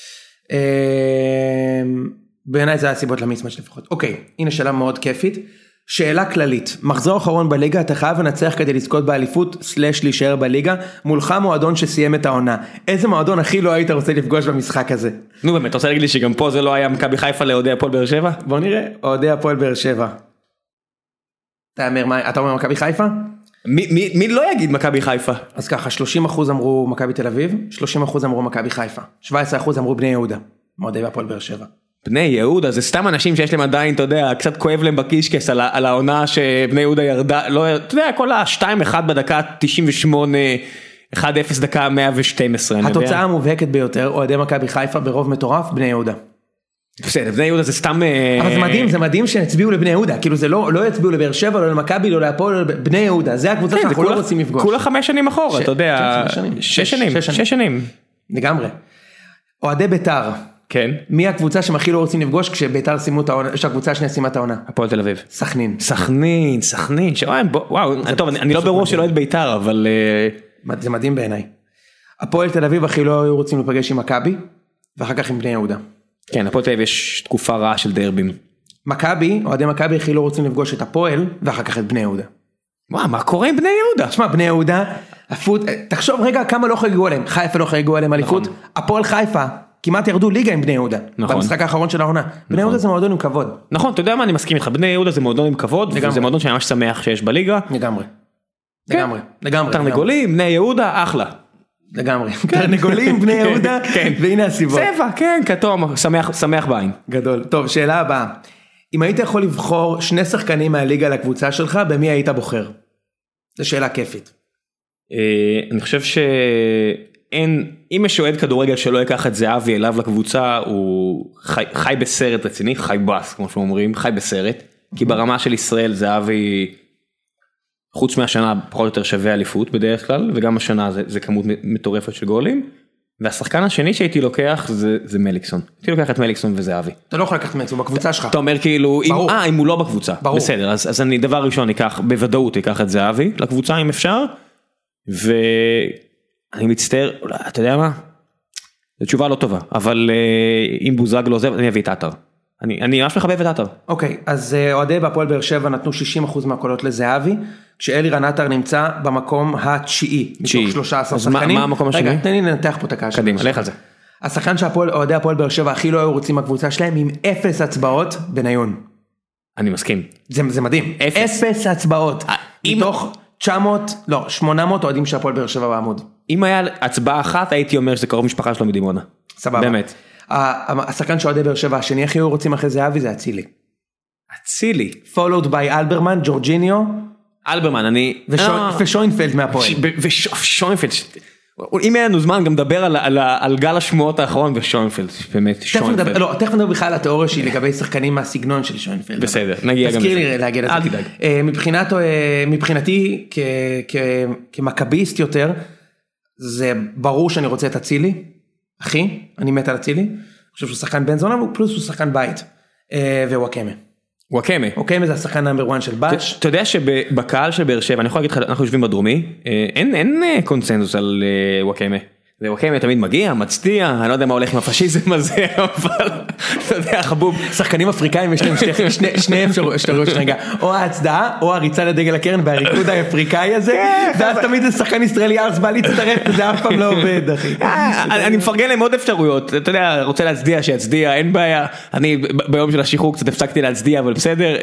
בעיניי זה הסיבות למיסמץ' לפחות. אוקיי, הנה שאלה מאוד כיפית. שאלה כללית, מחזור אחרון בליגה, אתה חייב לנצח כדי לזכות באליפות / להישאר בליגה, מולך מועדון שסיים את העונה. איזה מועדון הכי לא היית רוצה לפגוש במשחק הזה? נו באמת, אתה רוצה להגיד לי שגם פה זה לא היה מכבי חיפה לאוהדי הפועל באר שבע? בוא נראה, אוהדי הפועל באר שבע. אתה אומר מכבי חיפה? מי לא יגיד מכבי חיפה? אז ככה, 30% אמרו מכבי תל אביב, 30% אמרו מכבי חיפה, 17% אמרו בני יהודה, אוהדי הפועל באר שבע. בני יהודה זה סתם אנשים שיש להם עדיין, אתה יודע, קצת כואב להם בקישקס על העונה שבני יהודה ירדה, לא, אתה יודע, כל ה-2-1 בדקה 98, 1-0 דקה 112. התוצאה המובהקת ביותר, אוהדי מכבי חיפה ברוב מטורף, בני יהודה. בסדר, בני יהודה זה סתם... אבל זה מדהים שהצביעו לבני יהודה, כאילו זה לא יצביעו לבאר שבע, לא למכבי, לא להפועל, בני יהודה, זה הקבוצה שאנחנו לא רוצים לפגוש. כולה 5 שנים אחורה, אתה יודע, 6 שנים. לגמרי. אוהדי בית"ר. כן. מי הקבוצה שהם הכי לא רוצים לפגוש כשבית"ר סיימו את העונה, שהקבוצה השנייה סיימה את העונה? הפועל תל אביב. סכנין. סכנין. וואו, טוב, אני לא בראש שלא את בית"ר, אבל... זה מדהים בעיניי. הפועל תל אביב הכי לא היו רוצים לפגש עם מכבי, ואחר כך עם בני יהודה. כן, הפועל תל אביב יש תקופה רעה של דרבים. מכבי, אוהדי מכבי הכי לא רוצים לפגוש את הפועל, ואחר כך את בני יהודה. וואו, מה קורה עם בני יהודה? תשמע, בני יהודה, תחשוב רגע כמה לא חגגו עליהם, חיפה לא חגגו עליהם אליפות, הפועל חיפה, כמעט ירדו ליגה עם בני יהודה, במשחק האחרון של העונה. בני יהודה זה מועדון עם כבוד. נכון, אתה יודע מה, אני מסכים איתך, בני יהודה זה מועדון עם כבוד, וזה מועדון שאני ממש שמח שיש בליגה. לגמרי. תרנגולים, בני יהודה, אחלה. לגמרי, תרנגולים, בני יהודה, והנה הסיבות. צבע, כן, כתום, שמח בעין. גדול. טוב, שאלה הבאה. אם היית יכול לבחור 2 שחקנים מהליגה לקבוצה שלך, במי היית בוחר? זו שאלה כיפית. אני חושב שאין, אם יש אוהד כדורגל שלא ייקח את זהבי אליו לקבוצה, הוא חי בסרט רציני, חי בס, כמו שאומרים, חי בסרט, כי ברמה של ישראל זהבי, חוץ מהשנה פחות או יותר שווה אליפות בדרך כלל, וגם השנה זה כמות מטורפת של גולים, והשחקן השני שהייתי לוקח זה מליקסון. הייתי לוקח את מליקסון וזהבי. אתה לא יכול לקחת מליקסון בקבוצה שלך. אתה אומר כאילו, אם הוא לא בקבוצה. ברור. בסדר, אז אני דבר ראשון בוודאות אקח את זהבי לקבוצה אם אפשר, ואני מצטער, אתה יודע מה? זו תשובה לא טובה, אבל אם בוזגלו עוזב, אני אביא את עטר. אני ממש מחבב את עטר. אוקיי, אז אוהדי בהפועל באר שבע נתנו 60% מהקולות לזהבי, כשאלירן עטר נמצא במקום התשיעי, מתוך 13 שחקנים. אז מה המקום השני? רגע, תן לי לנתח פה את הקהל. קדימה, לך על זה. השחקן שאוהדי הפועל באר שבע הכי לא היו רוצים מהקבוצה שלהם, עם 0 הצבעות בניון. אני מסכים. זה מדהים. 0 הצבעות. מתוך 800 אוהדים של הפועל באר שבע בעמוד. אם היה הצבעה אחת, הייתי אומר שזה קרוב משפחה שלו מדימונה. סבבה. באמת. השחקן שאוהדי באר שבע השני הכי היו רוצים אחרי זהבי זה אצילי. אצילי. followed by אלברמן, ג'ורג'יניו. אלברמן, ושוינפלד מהפועל. ושוינפלד. אם אין לנו זמן גם לדבר על גל השמועות האחרון ושוינפלד, באמת, שוינפלד. לא, תכף נדבר בכלל על התיאוריה שלי לגבי שחקנים מהסגנון של שוינפלד. בסדר, נגיע גם. תזכיר לי להגיד את זה. אל תדאג. מבחינתי, כמכביסט יותר, זה ברור שאני רוצה את אצילי, אחי, אני מת על אצילי, אני חושב שהוא שחקן בן זונה, פלוס הוא שחקן בית, ווואקמה. וואקמה זה השחקן נאמבר 1 של בש. אתה יודע שבקהל של באר שבע, אני יכול להגיד לך, אנחנו יושבים בדרומי, אין קונצנזוס על וואקמה. וואקמה תמיד מגיע, מצדיע, אני לא יודע מה הולך עם הפשיזם הזה, אבל אתה יודע, חבוב. שחקנים אפריקאים יש להם שני אפשרויות רגע, או ההצדעה, או הריצה לדגל הקרן, והריקוד האפריקאי הזה, ואז תמיד זה שחקן ישראלי ארץ בא להצטרף, וזה אף פעם לא עובד, אחי. אני מפרגן להם עוד אפשרויות, אתה יודע, רוצה להצדיע, שיצדיע, אין בעיה, אני ביום של השחרור קצת הפסקתי להצדיע, אבל בסדר.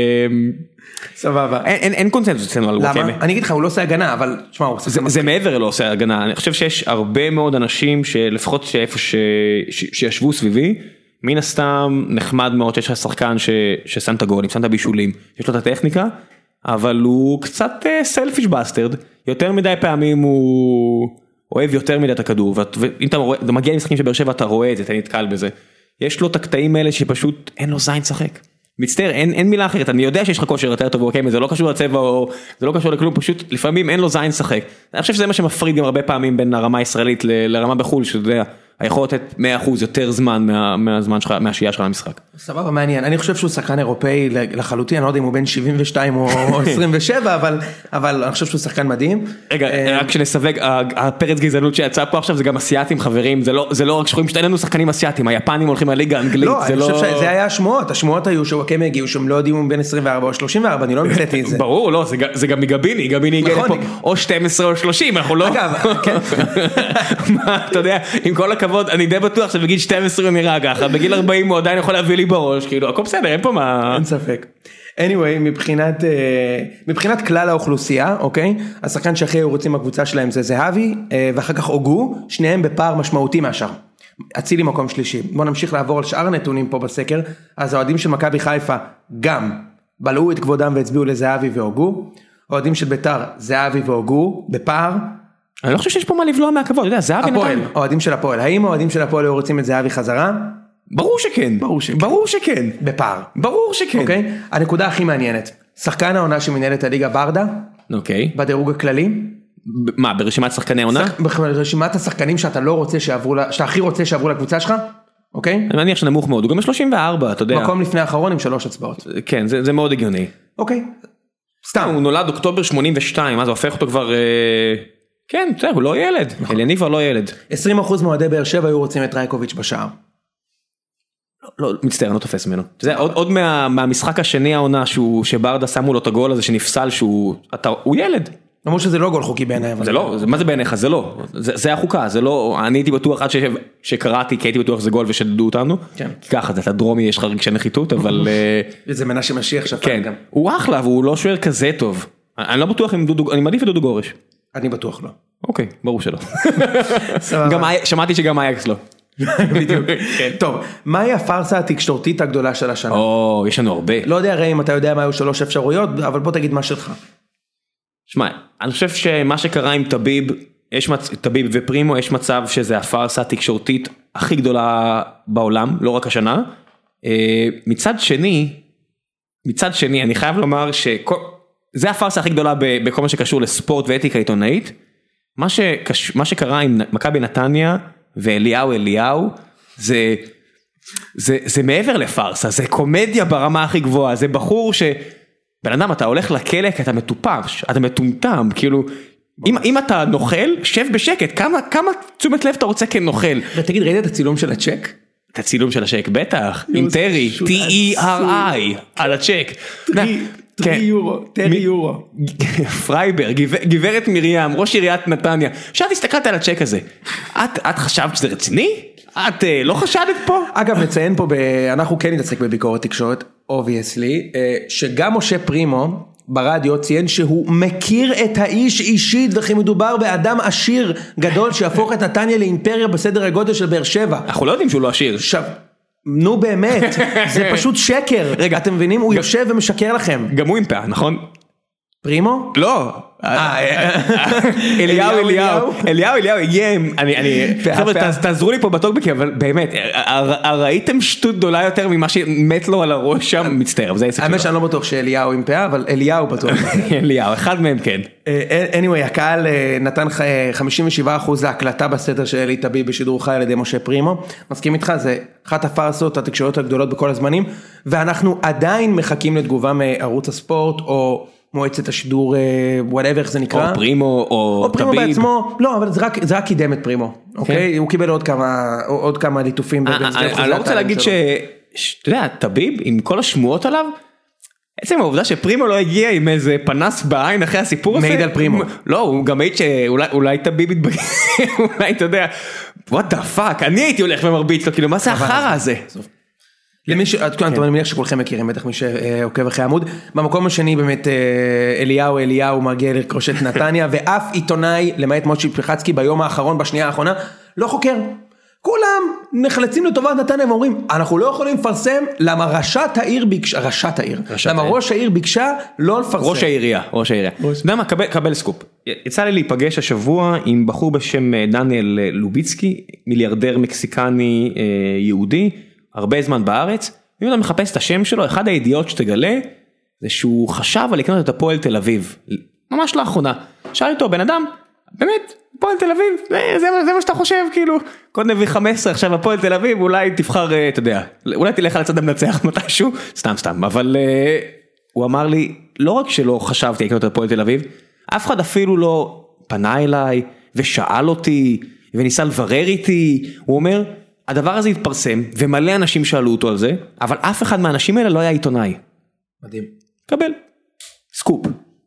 סבבה. אין קונצנזוס אצלנו על וואקמה. אני אגיד לך, הוא לא עושה הגנה, אבל זה מעבר לא עושה הגנה, אני חושב שיש הרבה מאוד אנשים שלפחות שאיפה שישבו סביבי, מן הסתם נחמד מאוד שיש לך שחקן ששם את הגולים, שם את הבישולים, יש לו את הטכניקה, אבל הוא קצת סלפיש בסטרד, יותר מדי פעמים הוא אוהב יותר מדי את הכדור, ואם אתה מגיע למשחקים שבאר שבע אתה רואה את זה, אתה נתקל בזה, יש לו את הקטעים האלה שפשוט אין לו זין שחק. מצטער, אין מילה אחרת, אני יודע שיש לך כושר יותר טוב, אוקיי, זה לא קשור לצבע או זה לא קשור לכלום, פשוט לפעמים אין לו זין שחק. אני חושב שזה מה שמפריד גם הרבה פעמים בין הרמה הישראלית לרמה בחול, שאתה יודע, היכול לתת 100% יותר זמן מהזמן שלך, מהשהייה שלך למשחק. סבבה, מעניין. אני חושב שהוא שחקן אירופאי לחלוטין, אני לא יודע אם הוא בין 72 או 27, אבל אני חושב שהוא שחקן מדהים. רגע, רק שנסווג, הפרץ גזענות שיצא פה עכשיו, זה גם אסיאטים, חברים, זה לא רק שחורים, שתינו שחקנים אסיאטים, היפנים הולכים לליגה האנגלית, לא, אני חושב שזה היה השמועות, השמועות היו שוואקמה הגיעו, שהם לא יודעים אם בין 24 או 34, אני לא מצאתי את זה. ברור, לא, זה גם מגביני, גביני הגיע לפה, או 12 או 30, אנחנו לא... אגב, כן. אתה יודע, עם כל הכבוד, אני די בטוח שבגיל 12 הוא נראה ככה, בגיל 40 הוא עדיין יכול להביא לי בראש, כאילו, הכל בסדר, אין פה מה... אין ספק. anyway, מבחינת כלל האוכלוסייה, אוקיי? השחקן שהכי רוצים בקבוצה שלהם זה זהבי, ואחר כך אוגו, שניהם בפער משמעותי מהשאר. אצילי מקום שלישי. בואו נמשיך לעבור על שאר הנתונים פה בסקר. אז האוהדים של מכבי חיפה גם בלעו את כבודם והצביעו לזהבי ואוגו. האוהדים של ביתר, זהבי ואוגו, בפער. אני לא חושב שיש פה מה לבלוע מהכבוד, אתה יודע, זהבי נתן. אוהדים של הפועל. האם האוהדים של הפועל היו רוצים את זהבי חזרה? ברור שכן. ברור שכן. בפער. ברור שכן. אוקיי? הנקודה הכי מעניינת. שחקן העונה שמנהלת הליגה ברדה. אוקיי. בדירוג הכללי. מה, ברשימת שחקני העונה? ברשימת השחקנים שאתה לא רוצה שיעברו, שאתה הכי רוצה שיעברו לקבוצה שלך. אוקיי? אני מניח שנמוך מאוד, הוא גם 34, אתה יודע. מקום לפני האחרון עם 3 הצבעות. כן, זה מאוד הגיוני. אוקיי. סתם. הוא נולד אוקטובר 82, אז הוא הופך אותו כבר... כן, הוא לא ילד. אליניב כבר לא ילד. 20% מועדי באר שבע היו רוצים את רייקוביץ' בשער. לא, מצטער, אני לא תופס ממנו. זה עוד מהמשחק השני העונה שברדה שמו לו את הגול הזה שנפסל הוא ילד. למרות שזה לא גול חוקי בעיניי. זה לא, מה זה בעיניך? זה לא. זה החוקה, זה לא, אני הייתי בטוח עד שקראתי, כי הייתי בטוח זה גול ושדדו אותנו. כן. ככה, זה הדרומי, יש לך רגשי נחיתות, אבל... זה מנשה משיח שפן כן, גם. הוא אחלה, והוא לא שוער כזה טוב. אני לא בטוח אם אני מעדיף את דודו גורש. אני בטוח לא. אוקיי, ברור שלא. שמעתי שגם אייקס לא. בדיוק. טוב, מהי הפרסה התקשורתית הגדולה של השנה? יש לנו הרבה. לא יודע הרי אם אתה יודע מה היו 3 אפשרויות, אבל בוא תגיד מה שלך. שמע, אני חושב שמה שקרה עם טביב ופרימו, יש מצב שזה הפרסה התקשורתית הכי גדולה בעולם, לא רק השנה. מצד שני, אני חייב לומר שזה הפרסה הכי גדולה בכל מה שקשור לספורט ואתיקה עיתונאית. מה שקרה עם מכבי נתניה ואליהו, זה מעבר לפרסה, זה קומדיה ברמה הכי גבוהה, זה בחור בן אדם, אתה הולך לכלא כי אתה מטופש, אתה מטומטם, כאילו, אם אתה נוכל, שב בשקט, כמה תשומת לב אתה רוצה כנוכל? ותגיד, ראית את הצילום של הצ'ק? את הצילום של הצ'ק, בטח, עם טרי, T-E-R-I, על הצ'ק. טרי יורו. פרייבר, גברת מרים, ראש עיריית נתניה, שאת הסתכלת על הצ'ק הזה, את חשבת שזה רציני? את לא חשדת פה? אגב, נציין פה, אנחנו כן נתעסק בביקורת תקשורת, obviously, שגם משה פרימו ברדיו ציין שהוא מכיר את האיש אישית, וכי מדובר באדם עשיר גדול שיהפוך את נתניה לאימפריה בסדר הגודל של באר שבע. אנחנו לא יודעים שהוא לא עשיר. נו באמת, זה פשוט שקר. רגע, אתם מבינים? הוא יושב ומשקר לכם. גם הוא אימפריה, נכון? פרימו? לא. אליהו הגיע, חבר'ה תעזרו לי פה בטוקבקים, אבל באמת, ראיתם שטות גדולה יותר ממה שמת לו על הראש שם, מצטער. האמת שאני לא בטוח שאליהו עם פאה, אבל אליהו בטוח. אליהו, אחד מהם כן. anyway, הקהל נתן 57% להקלטה בסדר של אלי טביב בשידור חי על ידי משה פרימו, מסכים איתך, זה אחת הפרסות התקשורת הגדולות בכל הזמנים, ואנחנו עדיין מחכים לתגובה מערוץ הספורט, או מועצת השידור, whatever איך זה נקרא. או פרימו, או פרימו בעצמו, לא, אבל זה רק קידם את פרימו, אוקיי? הוא קיבל עוד כמה ליטופים. אני לא רוצה להגיד שאתה יודע, טביב, עם כל השמועות עליו, עצם העובדה שפרימו לא הגיע עם איזה פנס בעין אחרי הסיפור הזה. מעיד על פרימו. לא, הוא גם מעיד שאולי טביב יתבגר, אולי אתה יודע, what the fuck, אני הייתי הולך ומרביץ לו, כאילו מה זה החרא הזה? למי אני מניח שכולכם מכירים, בטח מי שעוקב אחרי העמוד. במקום השני באמת אליהו מגיע לרכוש את נתניה, ואף עיתונאי, למעט משה פחצקי, ביום האחרון, בשנייה האחרונה, לא חוקר. כולם נחלצים לטובת נתניה ואומרים, אנחנו לא יכולים לפרסם, למה ראשת העיר ביקשה לא לפרסם. ראש העירייה. אתה יודע מה, קבל סקופ. יצא לי להיפגש השבוע עם בחור בשם דניאל לוביצקי, מיליארדר מקסיקני יהודי, הרבה זמן בארץ, ואם אתה מחפש את השם שלו, אחד הידיעות שתגלה, זה שהוא חשב על לקנות את הפועל תל אביב, ממש לאחרונה, שאל איתו, בן אדם, באמת, הפועל תל אביב, זה מה שאתה חושב, כאילו, קודם נביא 15, עכשיו הפועל תל אביב, אולי תבחר, אתה יודע, אולי תלך על הצד המנצח מתישהו, סתם, אבל הוא אמר לי, לא רק שלא חשבתי לקנות את הפועל תל אביב, אף אחד אפילו לא פנה אליי, ושאל אותי, וניסה לברר איתי, הוא אומר, הדבר הזה התפרסם, ומלא אנשים שאלו אותו על זה, אבל אף אחד מהאנשים האלה לא היה עיתונאי. מדהים. קבל. סקופ.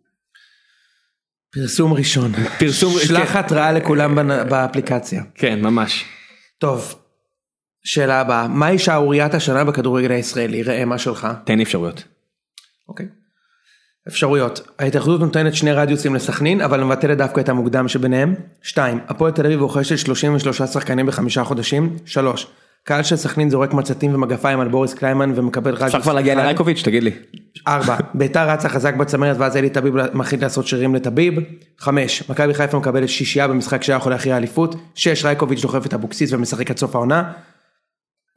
פרסום ראשון. שלח התראה לכולם באפליקציה. כן, ממש. טוב, שאלה הבאה. מהי שערוריית השנה בכדורגל הישראלי? ראה מה שלך. תן אפשרויות. אוקיי. אפשרויות. ההתאחדות נותנת 2 רדיוסים לסכנין, אבל מבטלת דווקא את המוקדם שביניהם. 2. הפועל תל אביב רוכשת 33 שחקנים ב5 חודשים. 3. קהל של סכנין זורק מצתים ומגפיים על בוריס קליימן ומקבל רדיוס. אפשר כבר להגיע לרייקוביץ', תגיד לי. 4. ביתר רצה חזק בצמרת ואז אלי טביב מחליט לעשות שירים לטביב. 5. מכבי חיפה מקבלת 6 במשחק שהיה יכול להכריע אליפות. 6. רייקוביץ' דוחף את אבוקסיס ומשחק עד סוף העונה.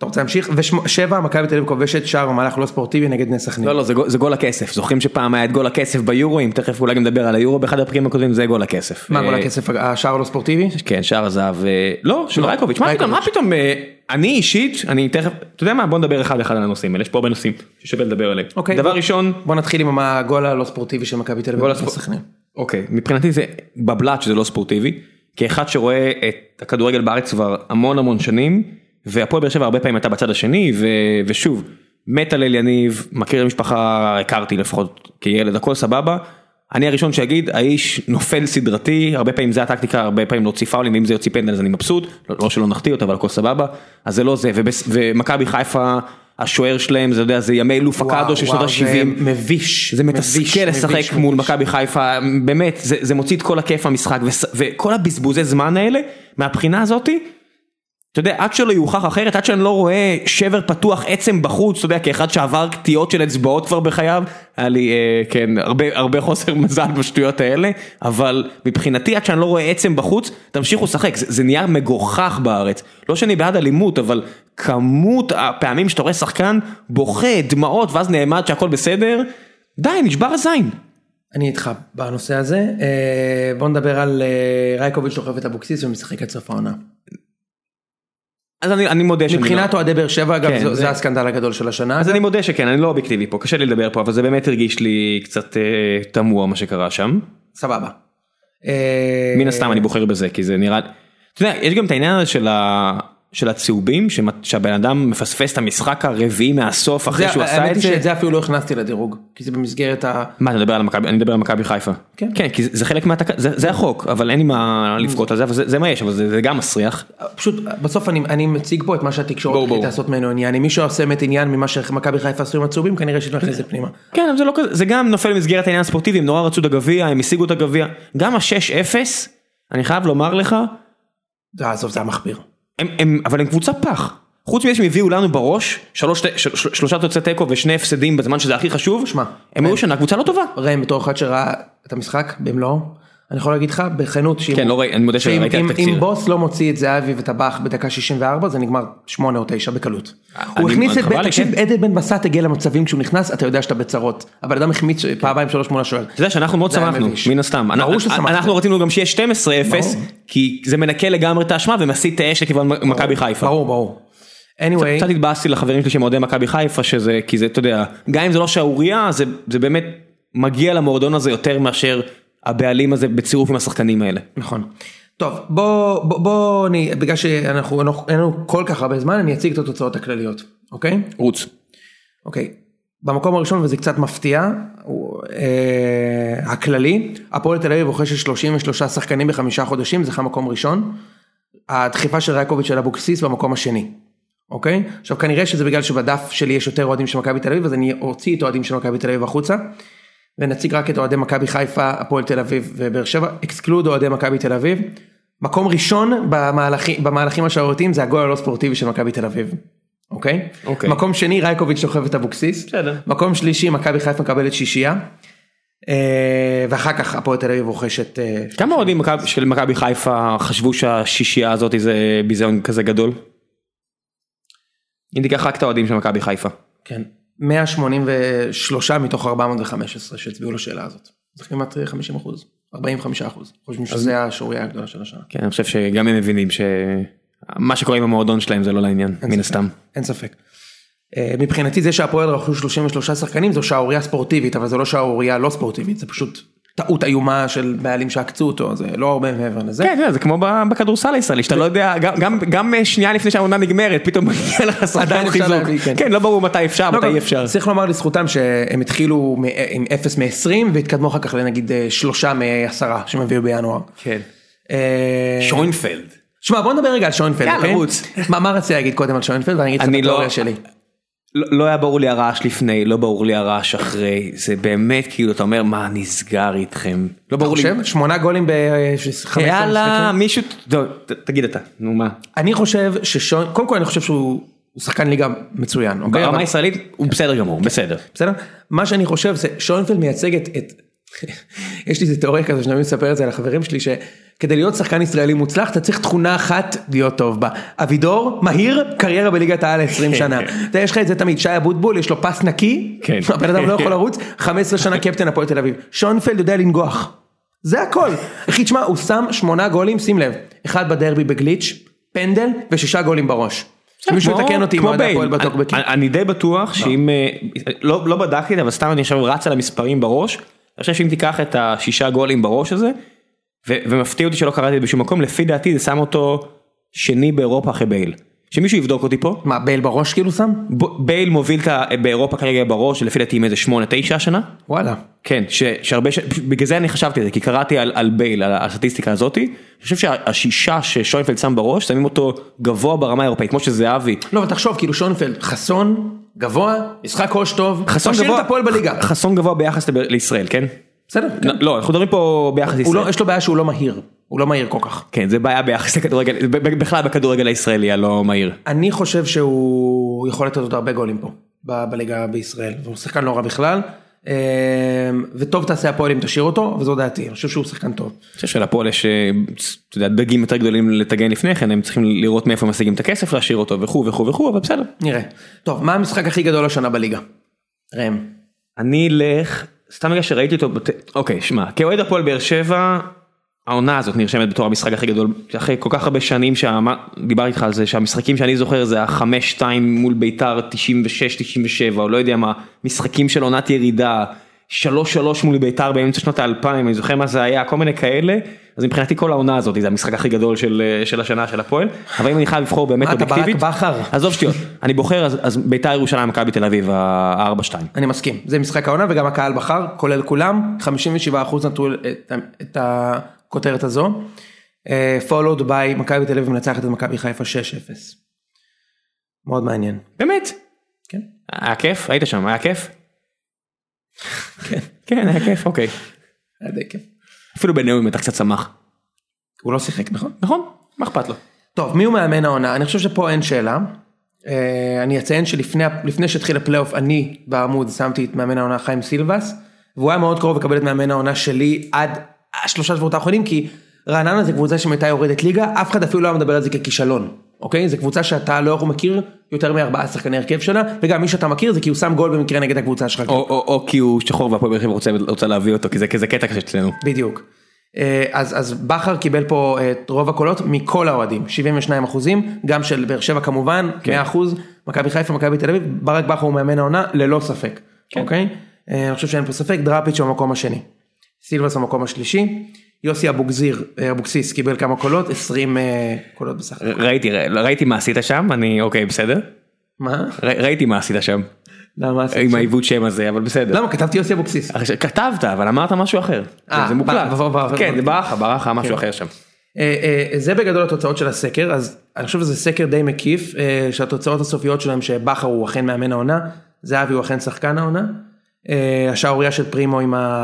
אתה רוצה להמשיך? ו7, מכבי תל אביב כובשת שער במהלך לא ספורטיבי נגד בני סכנין. לא, זה גול הכסף. זוכרים שפעם היה את גול הכסף ביורואים, תכף אולי גם נדבר על היורו באחד הפרקים הקודמים, זה גול הכסף. מה גול הכסף? השער לא ספורטיבי? כן, שער הזהב. לא, של רייקוביץ'. מה פתאום, אני אישית, אני תכף, אתה יודע מה? בוא נדבר אחד על הנושאים האלה, יש פה הרבה נושאים ששווה לדבר עליהם. דבר ראשון, בוא נתחיל עם הגול הלא ספורטיבי של מכבי תל אביב נגד בני סכנין. אוקיי, מבחינתי זה בבלט שזה לא ספורטיבי, כאחד שרואה את הכדורגל בארץ כבר המון שנים, והפועל באר שבע הרבה פעמים הייתה בצד השני, ושוב, מת על יניב, מכיר למשפחה, הכרתי לפחות כילד, הכל סבבה, אני הראשון שיגיד, האיש נופל סדרתי, הרבה פעמים זה הטקטיקה, הרבה פעמים להוציא פאולים, ואם זה יוציא פנדל אז אני מבסוט, לא שלא נחטיא אותה, אבל הכל סבבה, אז זה לא זה, ומכבי חיפה, השוער שלהם, זה יודע, זה ימי לוף הקאדו של שנות ה-70. זה מביש. זה מתסכל לשחק מול מכבי חיפה, באמת, זה מוציא את כל הכיף המשחק, וכל הבזבוזי זמן האלה, מהבחינה הזאת, אתה יודע, עד שלא יוכח אחרת, עד שאני לא רואה שבר פתוח עצם בחוץ, אתה יודע, כאחד שעבר קטיעות של אצבעות כבר בחייו, היה לי, כן, הרבה חוסר מזל בשטויות האלה, אבל מבחינתי, עד שאני לא רואה עצם בחוץ, תמשיכו לשחק, זה נהיה מגוחך בארץ, לא שאני בעד אלימות, אבל כמות הפעמים שאתה רואה שחקן, בוכה, דמעות, ואז נעמד שהכל בסדר, די, נשבר הזין. אני איתך בנושא הזה, בוא נדבר על רייקוביץ' דוחף את אבוקסיס ומשחק עד סוף העונה. אז אני מודה שאני מבחינת אוהדי באר שבע, אגב, זה הסקנדל הגדול של השנה. אז אני מודה שכן, אני לא אובייקטיבי פה, קשה לי לדבר פה, אבל זה באמת הרגיש לי קצת תמוה מה שקרה שם. סבבה. מן הסתם אני בוחר בזה, כי זה נראה, אתה יודע, יש גם את העניין הזה של הצהובים, שהבן אדם מפספס את המשחק הרביעי מהסוף אחרי שהוא עשה את זה. האמת היא שאת זה אפילו לא הכנסתי לדירוג, כי זה במסגרת מה, אתה מדבר על מכבי? אני מדבר על מכבי חיפה. כן, כי זה חלק זה החוק, אבל אין לי מה לבכות על זה, אבל זה מה יש, אבל זה גם מסריח. פשוט, בסוף אני מציג פה את מה שהתקשורת החליטה לעשות ממנו עניין, אם מישהו עושה את עניין ממה שמכבי חיפה עשו עם הצהובים, כנראה שנכנס את פנימה. כן, אבל זה לא כזה, זה גם נופל במסגרת העניין הספורטיבי, הם נורא רצו את הגביע, הם השיגו את הגביע. גם ה-6-0, אני חייב לומר לך, זה המחפיר. אבל הם קבוצה פח. חוץ מזה שהם הביאו לנו בראש, שלושה תוצאי תיקו ושני הפסדים בזמן שזה הכי חשוב, הם היו שנה קבוצה לא טובה. ראם, בתור אחד שראה את המשחק, במלואו, אני יכול להגיד לך, בכנות, כן, לא ראי, אני מודה שראיתי על תקציר. אם בוס לא מוציא את זהבי וטבח בדקה 64, זה נגמר 8 או 9 בקלות. הוא הכניס את עדן בן בסט הגיע למצבים כשהוא נכנס, אתה יודע שאתה בצרות. אבל אדם החמיץ פעמיים 3 מול השוער. אתה יודע שאנחנו מאוד שמחנו, מן הסתם. אנחנו רצינו גם שיהיה 12-0, כי זה מנקה לגמרי את האשמה ומסית האש לכיוון מכבי חיפה. ברור. קצת התבאסתי לחברים שלי שמועדי מכבי חיפה, שזה, כי זה, אתה יודע, גם אם זה לא שערוריה, זה באמת מגיע למועדון הזה יותר מאשר הבעלים הזה בצירוף עם השחקנים האלה. נכון. טוב, בוא, בגלל שאנחנו אין לנו כל כך הרבה זמן, אני אציג את התוצאות הכלליות, אוקיי? רוץ. אוקיי. במקום הראשון, וזה קצת מפתיע, הכללי, הפועל תל אביב רוכשת 33 שחקנים ב5 חודשים, זה המקום ראשון. הדחיפה של רייקוביץ' של אבוקסיס במקום השני. אוקיי? עכשיו כנראה שזה בגלל שבדף שלי יש יותר אוהדים של מכבי תל אביב, אז אני אוציא את אוהדים של מכבי תל אביב החוצה, ונציג רק את אוהדי מכבי חיפה, הפועל תל אביב ובאר שבע, אקסקלוד אוהדי מכבי תל אביב. מקום ראשון במהלכים השערורייתיים זה הגול הלא ספורטיבי של מכבי תל אביב. אוקיי? מקום שני רייקוביץ' דוחף את אבוקסיס. מקום שלישי מכבי חיפה מקבלת 6. ואחר כך הפועל תל אביב רוכשת. כמה אוהדים של מכבי חיפה חשבו שהשישייה הזאת זה ביזיון כזה גדול? אם תיקח רק את האוהדים של מכבי חיפה. כן. 183 מתוך 415 שהצביעו לשאלה הזאת. זה כמעט 50%, 45%. חושבים שזה השערוריה הגדולה של השנה. כן, אני חושב שגם הם מבינים שמה שקורה עם המועדון שלהם זה לא לעניין, מן הסתם. אין ספק. מבחינתי זה שהפועל רכשו 33 שחקנים זו שערוריה ספורטיבית, אבל זו לא שערוריה לא ספורטיבית, זה פשוט טעות איומה של בעלים שעקצו אותו, זה לא הרבה מעבר לזה. כן, זה כמו בכדורסל הישראלי, שאתה לא יודע, גם שנייה לפני שהעונה נגמרת, פתאום מגיע לך שחקן חיזוק. כן, לא ברור מתי אפשר, מתי אי אפשר. צריך לומר לזכותם שהם התחילו עם 0 מ-20, והתקדמו אחר כך לנגיד 3 מ-10 שהם הביאו בינואר. כן. שוינפלד. שמע, בוא נדבר רגע על שוינפלד. יאללה, רוץ. מה רציתי להגיד קודם על שוינפלד, ואני אגיד לך את התיאוריה שלי. לא היה ברור לי הרעש לפני, לא ברור לי הרעש אחרי, זה באמת כאילו אתה אומר מה נסגר איתכם, לא ברור לי. אתה חושב? 8 גולים ב-15 יאללה, מישהו, תגיד אתה, נו מה. אני חושב קודם כל אני חושב שהוא שחקן ליגה מצוין. ברמה הישראלית הוא בסדר גמור, בסדר. בסדר? מה שאני חושב זה שוינפלד מייצג את יש לי איזה תיאוריה כזו שאני מספר את זה לחברים שלי, שכדי להיות שחקן ישראלי מוצלח, אתה צריך תכונה אחת להיות טוב בה. אבידור, מהיר, קריירה בליגת העל 20 שנה. אתה יש לך את זה תמיד, שי אבוטבול, יש לו פס נקי, הבן אדם לא יכול לרוץ, 15 שנה קפטן הפועל תל אביב. שונפלד יודע לנגוח. זה הכל. אחי, תשמע, הוא שם 8 גולים, שים לב, 1 בדרבי בגליץ', פנדל ו6 גולים בראש. מישהו יתקן אותי עם הפועל בטוקבקים. אני די בטוח שאם, לא בדקתי, אבל סתם אני עכשיו רץ על המספרים בראש, אני חושב שאם תיקח את 6 גולים בראש הזה, ומפתיע אותי שלא קראתי בשום מקום, לפי דעתי זה שם אותו שני באירופה אחרי בייל. שמישהו יבדוק אותי פה. מה, בייל בראש כאילו שם? בייל מוביל באירופה כרגע בראש, לפי דעתי עם איזה 8-9 שנה. וואלה. כן, בגלל זה אני חשבתי את זה, כי קראתי על בייל, על הסטטיסטיקה הזאת. אני חושב שהשישה ששוינפלד שם בראש, שמים אותו גבוה ברמה האירופאית, כמו שזה אבי. לא, אבל תחשוב, כאילו שוינפלד, חסון, גבוה, משחק ראש טוב, משאיר את הפועל בליגה. חסון גבוה ביחס לישראל, כן? בסדר. לא, אנחנו מדברים פה ביחס לישראל. יש לו בעיה שהוא לא מהיר. הוא לא מהיר כל כך. כן, זה בעיה ביחס לכדורגל, בכלל בכדורגל הישראלי, הלא מהיר. אני חושב שהוא יכול לתת עוד הרבה גולים פה, בליגה בישראל, והוא שחקן לא רע בכלל, וטוב תעשה הפועל אם תשאיר אותו, וזו דעתי, אני חושב שהוא שחקן טוב. אני חושב שלפועל יש, אתה יודע, דגים יותר גדולים לתגן לפני כן, הם צריכים לראות מאיפה משיגים את הכסף, להשאיר אותו וכו' וכו' וכו', אבל בסדר. נראה. טוב, מה המשחק הכי גדול השנה בליגה? ראם. אני אלך, סתם בגלל שראיתי אותו, אוקיי, שמע, כאוהד הפועל באר שבע, העונה הזאת נרשמת בתור המשחק הכי גדול, אחרי כל כך הרבה שנים שדיברתי איתך על זה, שהמשחקים שאני זוכר זה ה-5-2 מול ביתר 96-97, או לא יודע מה, משחקים של עונת ירידה, 3-3 מול ביתר באמצע שנות ה-2000, אני זוכר מה זה היה, כל מיני כאלה, אז מבחינתי כל העונה הזאת, זה המשחק הכי גדול של השנה של הפועל, אבל אם אני חייב לבחור באמת אובייקטיבית, עזוב שטויות, אני בוחר, אז ביתר ירושלים, מכבי תל אביב, ה-4-2. אני מסכים, זה משחק העונה וגם הקהל בחר, כולל כולם, 57% נתנו את הכותרת הזו, followed by מכבי תל אביב מנצחת את מכבי חיפה 6-0. מאוד מעניין. באמת? כן. היה כיף? היית שם, היה כיף? כן. כן, היה כיף, אוקיי. היה די כיף. אפילו בנאום אתה קצת שמח. הוא לא שיחק, נכון? נכון, מה אכפת לו? טוב, מי הוא מאמן העונה? אני חושב שפה אין שאלה. אני אציין שלפני שהתחיל הפלייאוף, אני בעמוד שמתי את מאמן העונה חיים סילבס, והוא היה מאוד קרוב לקבל את מאמן העונה שלי עד 3 שבועות האחרונים, כי רעננה זה קבוצה שמתי יורדת ליגה, אף אחד אפילו לא מדבר על זה ככישלון, אוקיי? זה קבוצה שאתה לא יכול מכיר יותר מ4 שחקני הרכב שלה, וגם מי שאתה מכיר זה כי הוא שם גול במקרה נגד הקבוצה שלך. או כי הוא שחור והפועל באר שבע רוצה להביא אותו, כי זה כזה קטע קשה אצלנו. בדיוק. אז בכר קיבל פה את רוב הקולות מכל האוהדים, 72%, גם של באר שבע כמובן, 100%, מכבי חיפה, מכבי תל אביב, ברק בכר הוא מאמן העונה ללא ספק, אוקיי? אני חושב שאין פה ספק, דראפיץ' במקום השני, סילבס במקום השלישי, יוסי אבוקסיס קיבל כמה קולות, 20 קולות בסך. ראיתי מה עשית שם, אוקיי בסדר. מה? ראיתי מה עשית שם. למה עשית? עם העיוות שם הזה, אבל בסדר. למה? כתבתי יוסי אבוקסיס. כתבת, אבל אמרת משהו אחר. זה מוקלט. כן, זה ברחה משהו אחר שם. זה בגדול התוצאות של הסקר, אז אני חושב שזה סקר די מקיף, שהתוצאות הסופיות שלהם שבכר הוא אכן מאמן העונה, זהבי הוא אכן שחקן העונה, השעוריה של פרימו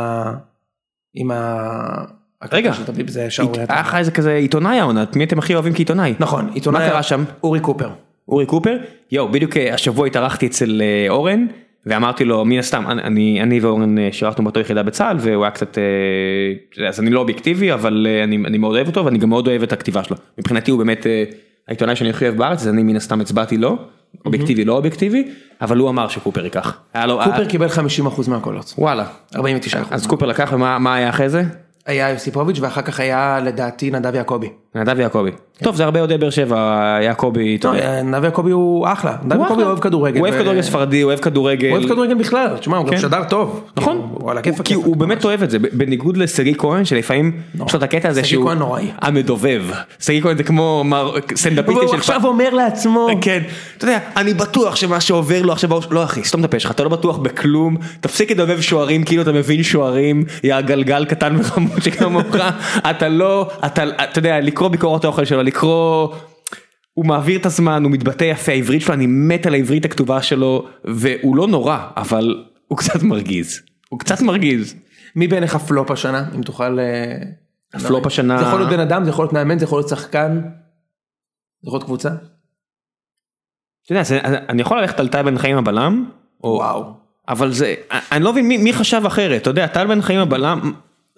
עם רגע, היה לך איזה כזה עיתונאי העונה, מי אתם הכי אוהבים כעיתונאי? נכון, עיתונאי. מה קרה שם? אורי קופר. אורי קופר? בדיוק השבוע התארחתי אצל אורן, ואמרתי לו, מן הסתם, אני ואורן שירתנו באותו יחידה בצה"ל, והוא היה קצת, אז אני לא אובייקטיבי, אבל אני מאוד אוהב אותו, ואני גם מאוד אוהב את הכתיבה שלו. מבחינתי הוא באמת העיתונאי שאני הכי אוהב בארץ, אז אני מן הסתם הצבעתי לו, אובייקטיבי לא אובייקטיבי, אבל הוא אמר שקופר ייקח. קופר קיבל 50% מהקולות. וואלה. 49%. אז קופר לקח, ומה היה אחרי זה? היה יוסיפוביץ' ואחר כך היה לדעתי נדב יעקובי. נדב יעקובי. טוב, זה הרבה אוהדי באר שבע, יעקובי. נדב יעקובי הוא אחלה. נדב יעקובי אוהב כדורגל. הוא אוהב כדורגל ספרדי, הוא אוהב כדורגל. הוא אוהב כדורגל בכלל. תשמע, הוא גם שדר טוב. נכון. כי הוא באמת אוהב את זה. בניגוד לסגי כהן, שלפעמים יש לו את הקטע הזה שהוא המדובב. סגי כהן זה כמו סנדאפיסטי של... הוא עכשיו אומר לעצמו. כן. אתה יודע, אני בטוח שמה שעובר לו עכשיו... לא אחי, סתום את הפה שלך, אתה לא בטוח בכלום. תפסיק לדובב שוערים, כאילו אתה מבין שוערים, יא גלגל קטן וחמוד שכמוך. אתה לא, אתה יודע, לקרוא ביקורת האוכל שלו, לקרוא, הוא מעביר את הזמן, הוא מתבטא יפה, העברית שלו, אני מת על העברית הכתובה שלו, והוא לא נורא, אבל הוא קצת מרגיז. הוא קצת מרגיז. מי בעיניך פלופ השנה, אם תוכל... פלופ השנה... זה יכול להיות בן אדם, זה יכול להיות מאמן, זה יכול להיות שחקן, זה יכול להיות קבוצה? אתה יודע, אני יכול ללכת על טל בן חיים הבלם, וואו. אבל זה, אני לא מבין מי חשב אחרת, אתה יודע, טל בן חיים הבלם,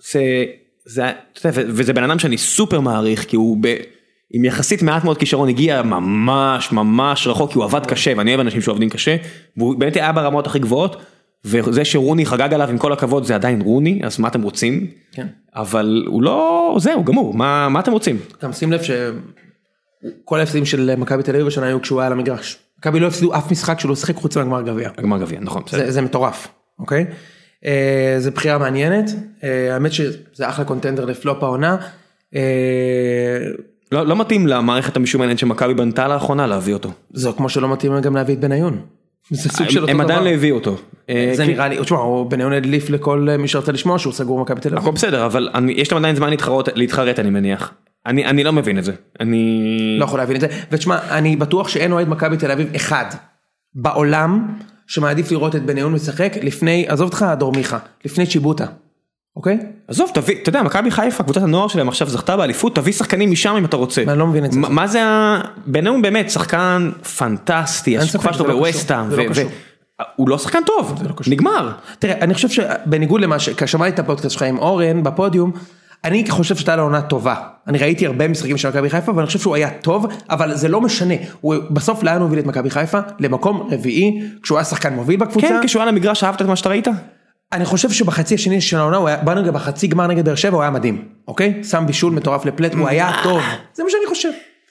וזה בן אדם שאני סופר מעריך, כי הוא עם יחסית מעט מאוד כישרון, הגיע ממש ממש רחוק, כי הוא עבד קשה, ואני אוהב אנשים שעובדים קשה, והוא באמת היה ברמות הכי גבוהות, וזה שרוני חגג עליו עם כל הכבוד, זה עדיין רוני, אז מה אתם רוצים? כן. אבל הוא לא, זהו, גמור, מה אתם רוצים? גם שים לב שכל ההפסדים של מכבי תל אביב השנה היו כשהוא היה על המגרש. מכבי לא הפסידו אף משחק שלא שחק חוץ מהגמר גביע. הגמר גביע, נכון. זה מטורף, אוקיי? זה בחירה מעניינת, האמת שזה אחלה קונטנדר לפלופ העונה. לא מתאים למערכת המשומנת שמכבי בנתה לאחרונה להביא אותו. זהו, כמו שלא מתאים גם להביא את בניון. זה סוג של אותו דבר. הם עדיין לא הביאו אותו. זה נראה לי, תשמע, בניון הדליף לכל מי שרצה לשמוע שהוא סגור מכבי תל אביב. הכל בסדר, אבל יש להם עדיין זמן להתחרט, אני מניח. אני לא מבין את זה. לא יכול להבין את זה. ותשמע, אני בטוח שאין אוהד מכבי תל אביב אחד בעולם שמעדיף לראות את בניון משחק לפני, עזוב אותך דור מיכה, לפני צ'יבוטה. אוקיי? עזוב, תביא, אתה יודע, מכבי חיפה, קבוצת הנוער שלהם עכשיו זכתה באליפות, תביא שחקנים משם אם אתה רוצה. אני לא מבין את זה. מה זה, בניון באמת שחקן פנטסטי, השקופה שלו בווסטהאם, הוא לא שחקן טוב, נגמר. תראה, אני חושב שבניגוד למה כששמעתי את הפודקאסט שלך עם אורן בפודיום, אני חושב שהייתה לו עונה טובה. אני ראיתי הרבה משחקים של מכבי חיפה, ואני חושב שהוא היה טוב, אבל זה לא משנה. הוא בסוף לאן הוביל את מכבי חיפה? למקום רביעי, כשהוא היה שחקן מוביל בקבוצה. כן, כשהוא היה למגרש, אהבת את מה שאתה ראית? אני חושב שבחצי השני של העונה, בחצי גמר נגד באר שבע, הוא היה מדהים. אוקיי? שם בישול מטורף לפלט, הוא היה טוב. זה מה שאני חושב.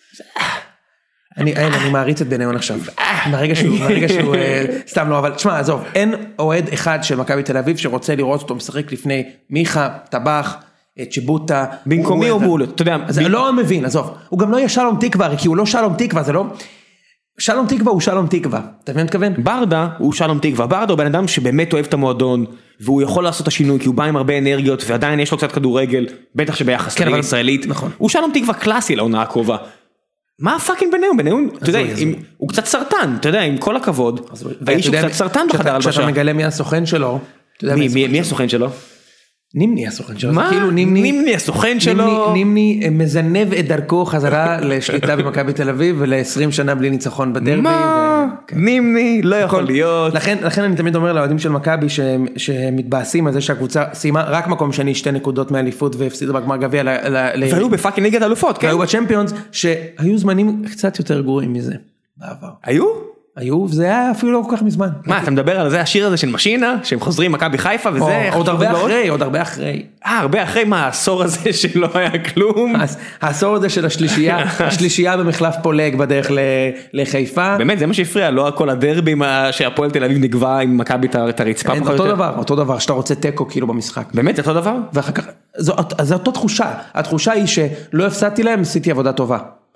אני מעריץ את בניון עכשיו. מהרגע שהוא סתם לא, אבל תשמע, עזוב, אין אוהד אחד של מכבי תל אביב שרוצה לראות אותו משחק לפני מיכה, טבח, צ'יבוטה. במקומי הוא מול, אתה יודע. זה לא מבין, עזוב. הוא גם לא יהיה שלום תקווה, כי הוא לא שלום תקווה, זה לא... שלום תקווה הוא שלום תקווה, אתה מבין מתכוון? ברדה הוא שלום תקווה, ברדה הוא בן אדם שבאמת אוהב את המועדון, והוא יכול לעשות את השינוי, כי הוא בא עם הרבה אנרגיות, ועדיין יש לו קצת כדורגל, בטח שביחס לליגה הישראלית, הוא שלום תקווה קלאסי לעונה הקרובה. מה הפאקינג בניון? בניון, אתה יודע, הוא קצת סרטן, אתה יודע, עם כל הכבוד, האיש הוא קצת סרטן בחדר הלבשה. כשאתה מגלה מי הסוכן שלו, מי הסוכן שלו? נימני הסוכן שלו. מה? נימני הסוכן שלו? נימני מזנב את דרכו חזרה לשליטה במכבי תל אביב ול-20 שנה בלי ניצחון בדרבי. מה? נימני לא יכול להיות. לכן אני תמיד אומר לאוהדים של מכבי שמתבאסים על זה שהקבוצה סיימה רק מקום שני 2 נקודות מאליפות והפסידה בגמר גביע. והיו בפאקינג ליגת האלופות, כן? והיו בצ'מפיונס שהיו זמנים קצת יותר גרועים מזה בעבר. היו, וזה היה אפילו לא כל כך מזמן. מה, אתה מדבר על זה, השיר הזה של משינה, שהם חוזרים מכבי חיפה וזה... עוד הרבה אחרי. הרבה אחרי מה, העשור הזה שלא היה כלום? העשור הזה של השלישייה במחלף פולג בדרך לחיפה. באמת, זה מה שהפריע, לא כל הדרבים שהפועל תל אביב נגבה עם מכבי את הרצפה. אותו דבר, שאתה רוצה טקו כאילו במשחק. באמת, זה אותו דבר? ואחר כך, זו אותו תחושה. התחושה היא שלא הפסדתי להם, עשיתי עבודה טובה.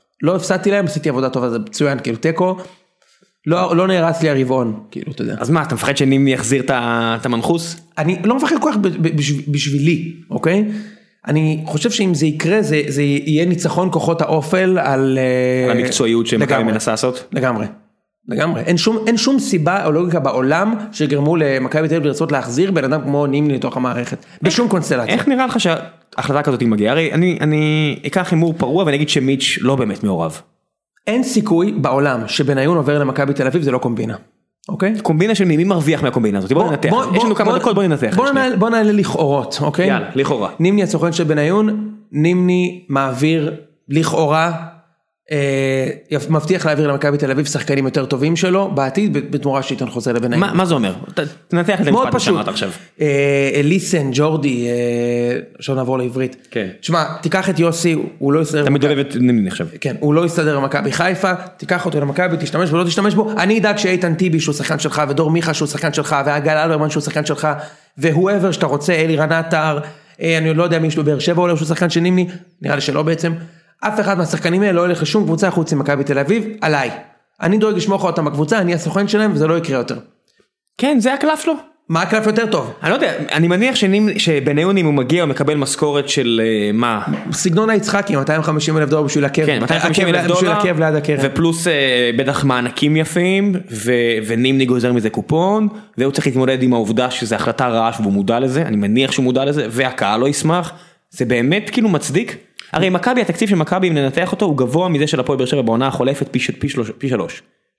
זה מצוין, כאילו טקו. לא נהרס לי הרבעון, כאילו, אתה יודע. אז מה, אתה מפחד שנימני יחזיר את המנחוס? אני לא מפחד כל כך בשבילי, אוקיי? אני חושב שאם זה יקרה, זה יהיה ניצחון כוחות האופל על המקצועיות שמכבי מנסה לעשות? לגמרי. אין שום סיבה או לוגיקה בעולם שגרמו למכבי תל אביב לרצות להחזיר בן אדם כמו נימני לתוך המערכת, בשום קונסטלציה. איך נראה לך שההחלטה כזאת היא מגיעה? הרי אני אקח הימור פרוע ואני אגיד שמיץ' לא באמת מעורב. אין סיכוי בעולם שבניון עובר למכבי תל אביב, זה לא קומבינה. אוקיי? קומבינה של מי מרוויח מהקומבינה הזאת? בוא ננתח. יש לנו כמה דקות, בוא ננתח. בוא נעלה לכאורות, אוקיי? יאללה, לכאורה. נימני הסוכן של בניון, נימני מעביר לכאורה, מבטיח להעביר למכבי תל אביב שחקנים יותר טובים שלו, בעתיד בתמורה שאיתן חוזר לבניון. מה זה אומר? תנתח את המשפט שאמרת עכשיו. ליסן, ג'ורדי, עכשיו נעבור לעברית. כן. תשמע, תיקח את יוסי, הוא לא יסתדר. אתה מדובב את נימני עכשיו. כן, הוא לא יסתדר למכבי חיפה, תיקח אותו למכבי, תשתמש בו, לא תשתמש בו. אני אדאג שאיתן טיבי שהוא שחקן שלך, ודור מיכה שהוא שחקן שלך, והגל אלברמן שהוא שחקן שלך, והואבר שאתה רוצה, אלי רנטר, אני לא יודע מי יש בבאר שבע או שהוא שחקן של נימני, נראה לי שלא בעצם. אף אחד מהשחקנים האלה לא הולך לשום קבוצה חוץ ממכבי תל אביב, עליי. אני דואג לשמור אותם בקבוצה, אני הסוכן שלהם וזה לא יקרה יותר. כן, זה הקלף שלו. מה הקלף יותר טוב? אני לא יודע, אני מניח שבניון אם הוא מגיע הוא מקבל משכורת של מה? סגנון היצחקי, $250,000 בשביל עקב. כן, $250,000 ליד הקרן. ופלוס בטח מענקים יפים, ונימני גוזר מזה קופון, והוא צריך להתמודד עם העובדה שזו החלטה רעה והוא מודע לזה, אני מניח שהוא מודע לזה, והקהל לא ישמח, זה באמת כאילו מצדיק. הרי מכבי, התקציב של מכבי, אם ננתח אותו, הוא גבוה מזה של הפועל באר שבע בעונה החולפת פי 3.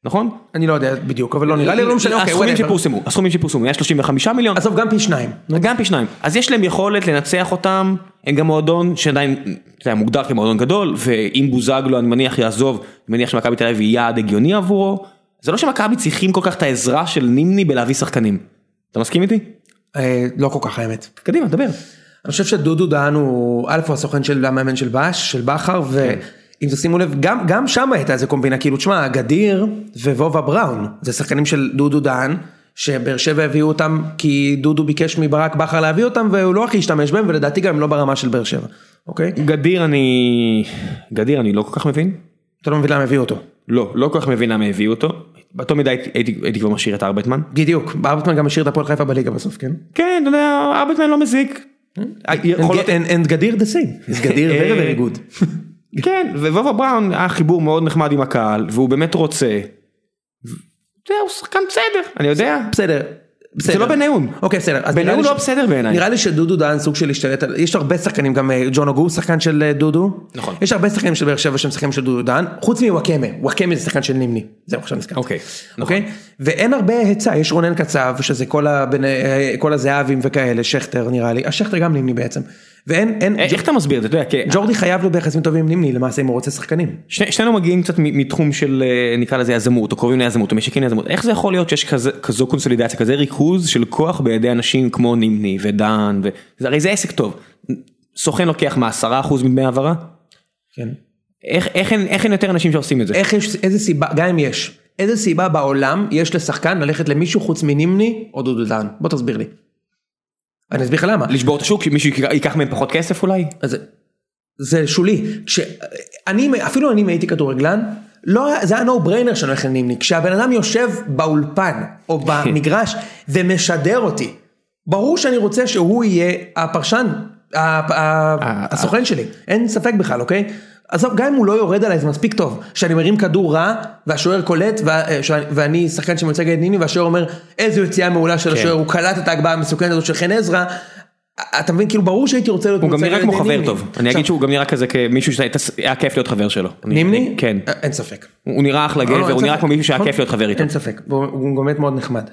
נכון? אני לא יודע בדיוק, אבל לא נראה לי, לא משנה, הסכומים שפורסמו, היה 35 מיליון. עזוב, גם פי 2. גם פי 2. אז יש להם יכולת לנצח אותם, הם גם מועדון שעדיין מוגדר כמועדון גדול, ואם בוזגלו אני מניח יעזוב, אני מניח שמכבי תל אביב יהיה יעד הגיוני עבורו, זה לא שמכבי צריכים כל כך את העזרה של נימני בלהביא שחקנים. אתה מסכים איתי? לא כל כך האמת. קדימה, דבר. אני חושב שדודו דהן הוא הסוכן של המאמן של בכר, ואם תשימו לב, גם שם הייתה איזה קומבינה, כאילו, תשמע, גדיר ווובה בראון, זה שחקנים של דודו דהן, שבאר שבע הביאו אותם, כי דודו ביקש מברק בכר להביא אותם, והוא לא הכי השתמש בהם, ולדעתי גם לא ברמה של באר שבע, אוקיי? גדיר אני לא כל כך מבין. אתה לא מבין למה הביאו אותו? לא כל כך מבין למה הביאו אותו. באותו מידה הייתי כבר משאיר את ארבטמן. בדיוק, ארבטמן גם משאיר את הפועל חיפה בליגה בסוף, כן? כן, אתה יודע, ארבטמן לא מזיק. And גדיר the same. גדיר very good. כן, ווובה בראון היה חיבור מאוד נחמד עם הקהל, והוא באמת רוצה. הוא שחקן בסדר, אני יודע. בסדר. זה לא בניון. אוקיי, בסדר. בניון לא בסדר בעיניי. נראה לי שדודו דהן סוג של להשתלט, יש הרבה שחקנים, גם ג'ון אוגו, שחקן של דודו. נכון. יש הרבה שחקנים של באר שבע שהם שחקנים של דודו דהן, חוץ מוואקמה. וואקמה זה שחקן של נימני. זהו, עכשיו נזכר. אוקיי. ואין הרבה היצע, יש רונן קצב, שזה כל הזהבים וכאלה, שכטר נראה לי. השכטר גם נימני בעצם. ואין... איך אתה מסביר את זה? ג'ורדי חייב לו ביחסים טובים עם נימני, למעשה אם הוא רוצה שחקנים. שנינו מגיעים קצת מתחום של, נקרא לזה יזמות, או קוראים ליזמות, או משיקים ליזמות. איך זה יכול להיות שיש כזו קונסולידציה, כזה ריכוז של כוח בידי אנשים כמו נימני ודן, הרי זה עסק טוב. סוכן לוקח מה, 10% מדמי העברה? כן. איך אין יותר אנשים שעושים את זה? איזה סיבה, גם אם יש, איזה סיבה בעולם יש לשחקן ללכת למישהו חוץ מנימני או דודו דהן? בוא תסביר לי. אני אסביר לך למה. לשבור את השוק, מישהו ייקח מהם פחות כסף אולי? זה שולי. אפילו אני הייתי כדורגלן, זה היה no brainer שאני הולך לנימני. כשהבן אדם יושב באולפן או במגרש ומשדר אותי, ברור שאני רוצה שהוא יהיה הפרשן, הסוכן שלי. אין ספק בכלל, אוקיי? אז גם אם הוא לא יורד עליי, זה מספיק טוב. שאני מרים כדור רע, והשוער קולט, ואני שחקן שמייצג את נימני, והשוער אומר, איזו יציאה מעולה של השוער, הוא קלט את ההגבהה המסוכנת הזאת של חן עזרא, אתה מבין, כאילו ברור שהייתי רוצה להיות מוצג על ידי נימני. הוא גם נראה כמו חבר טוב. אני אגיד שהוא גם נראה כזה כמישהו שהיה כיף להיות חבר שלו. נימני? כן. אין ספק. הוא נראה אחלה גבר, הוא נראה כמו מישהו שהיה כיף להיות חבר איתו. אין ספק, הוא באמת מאוד נחמד.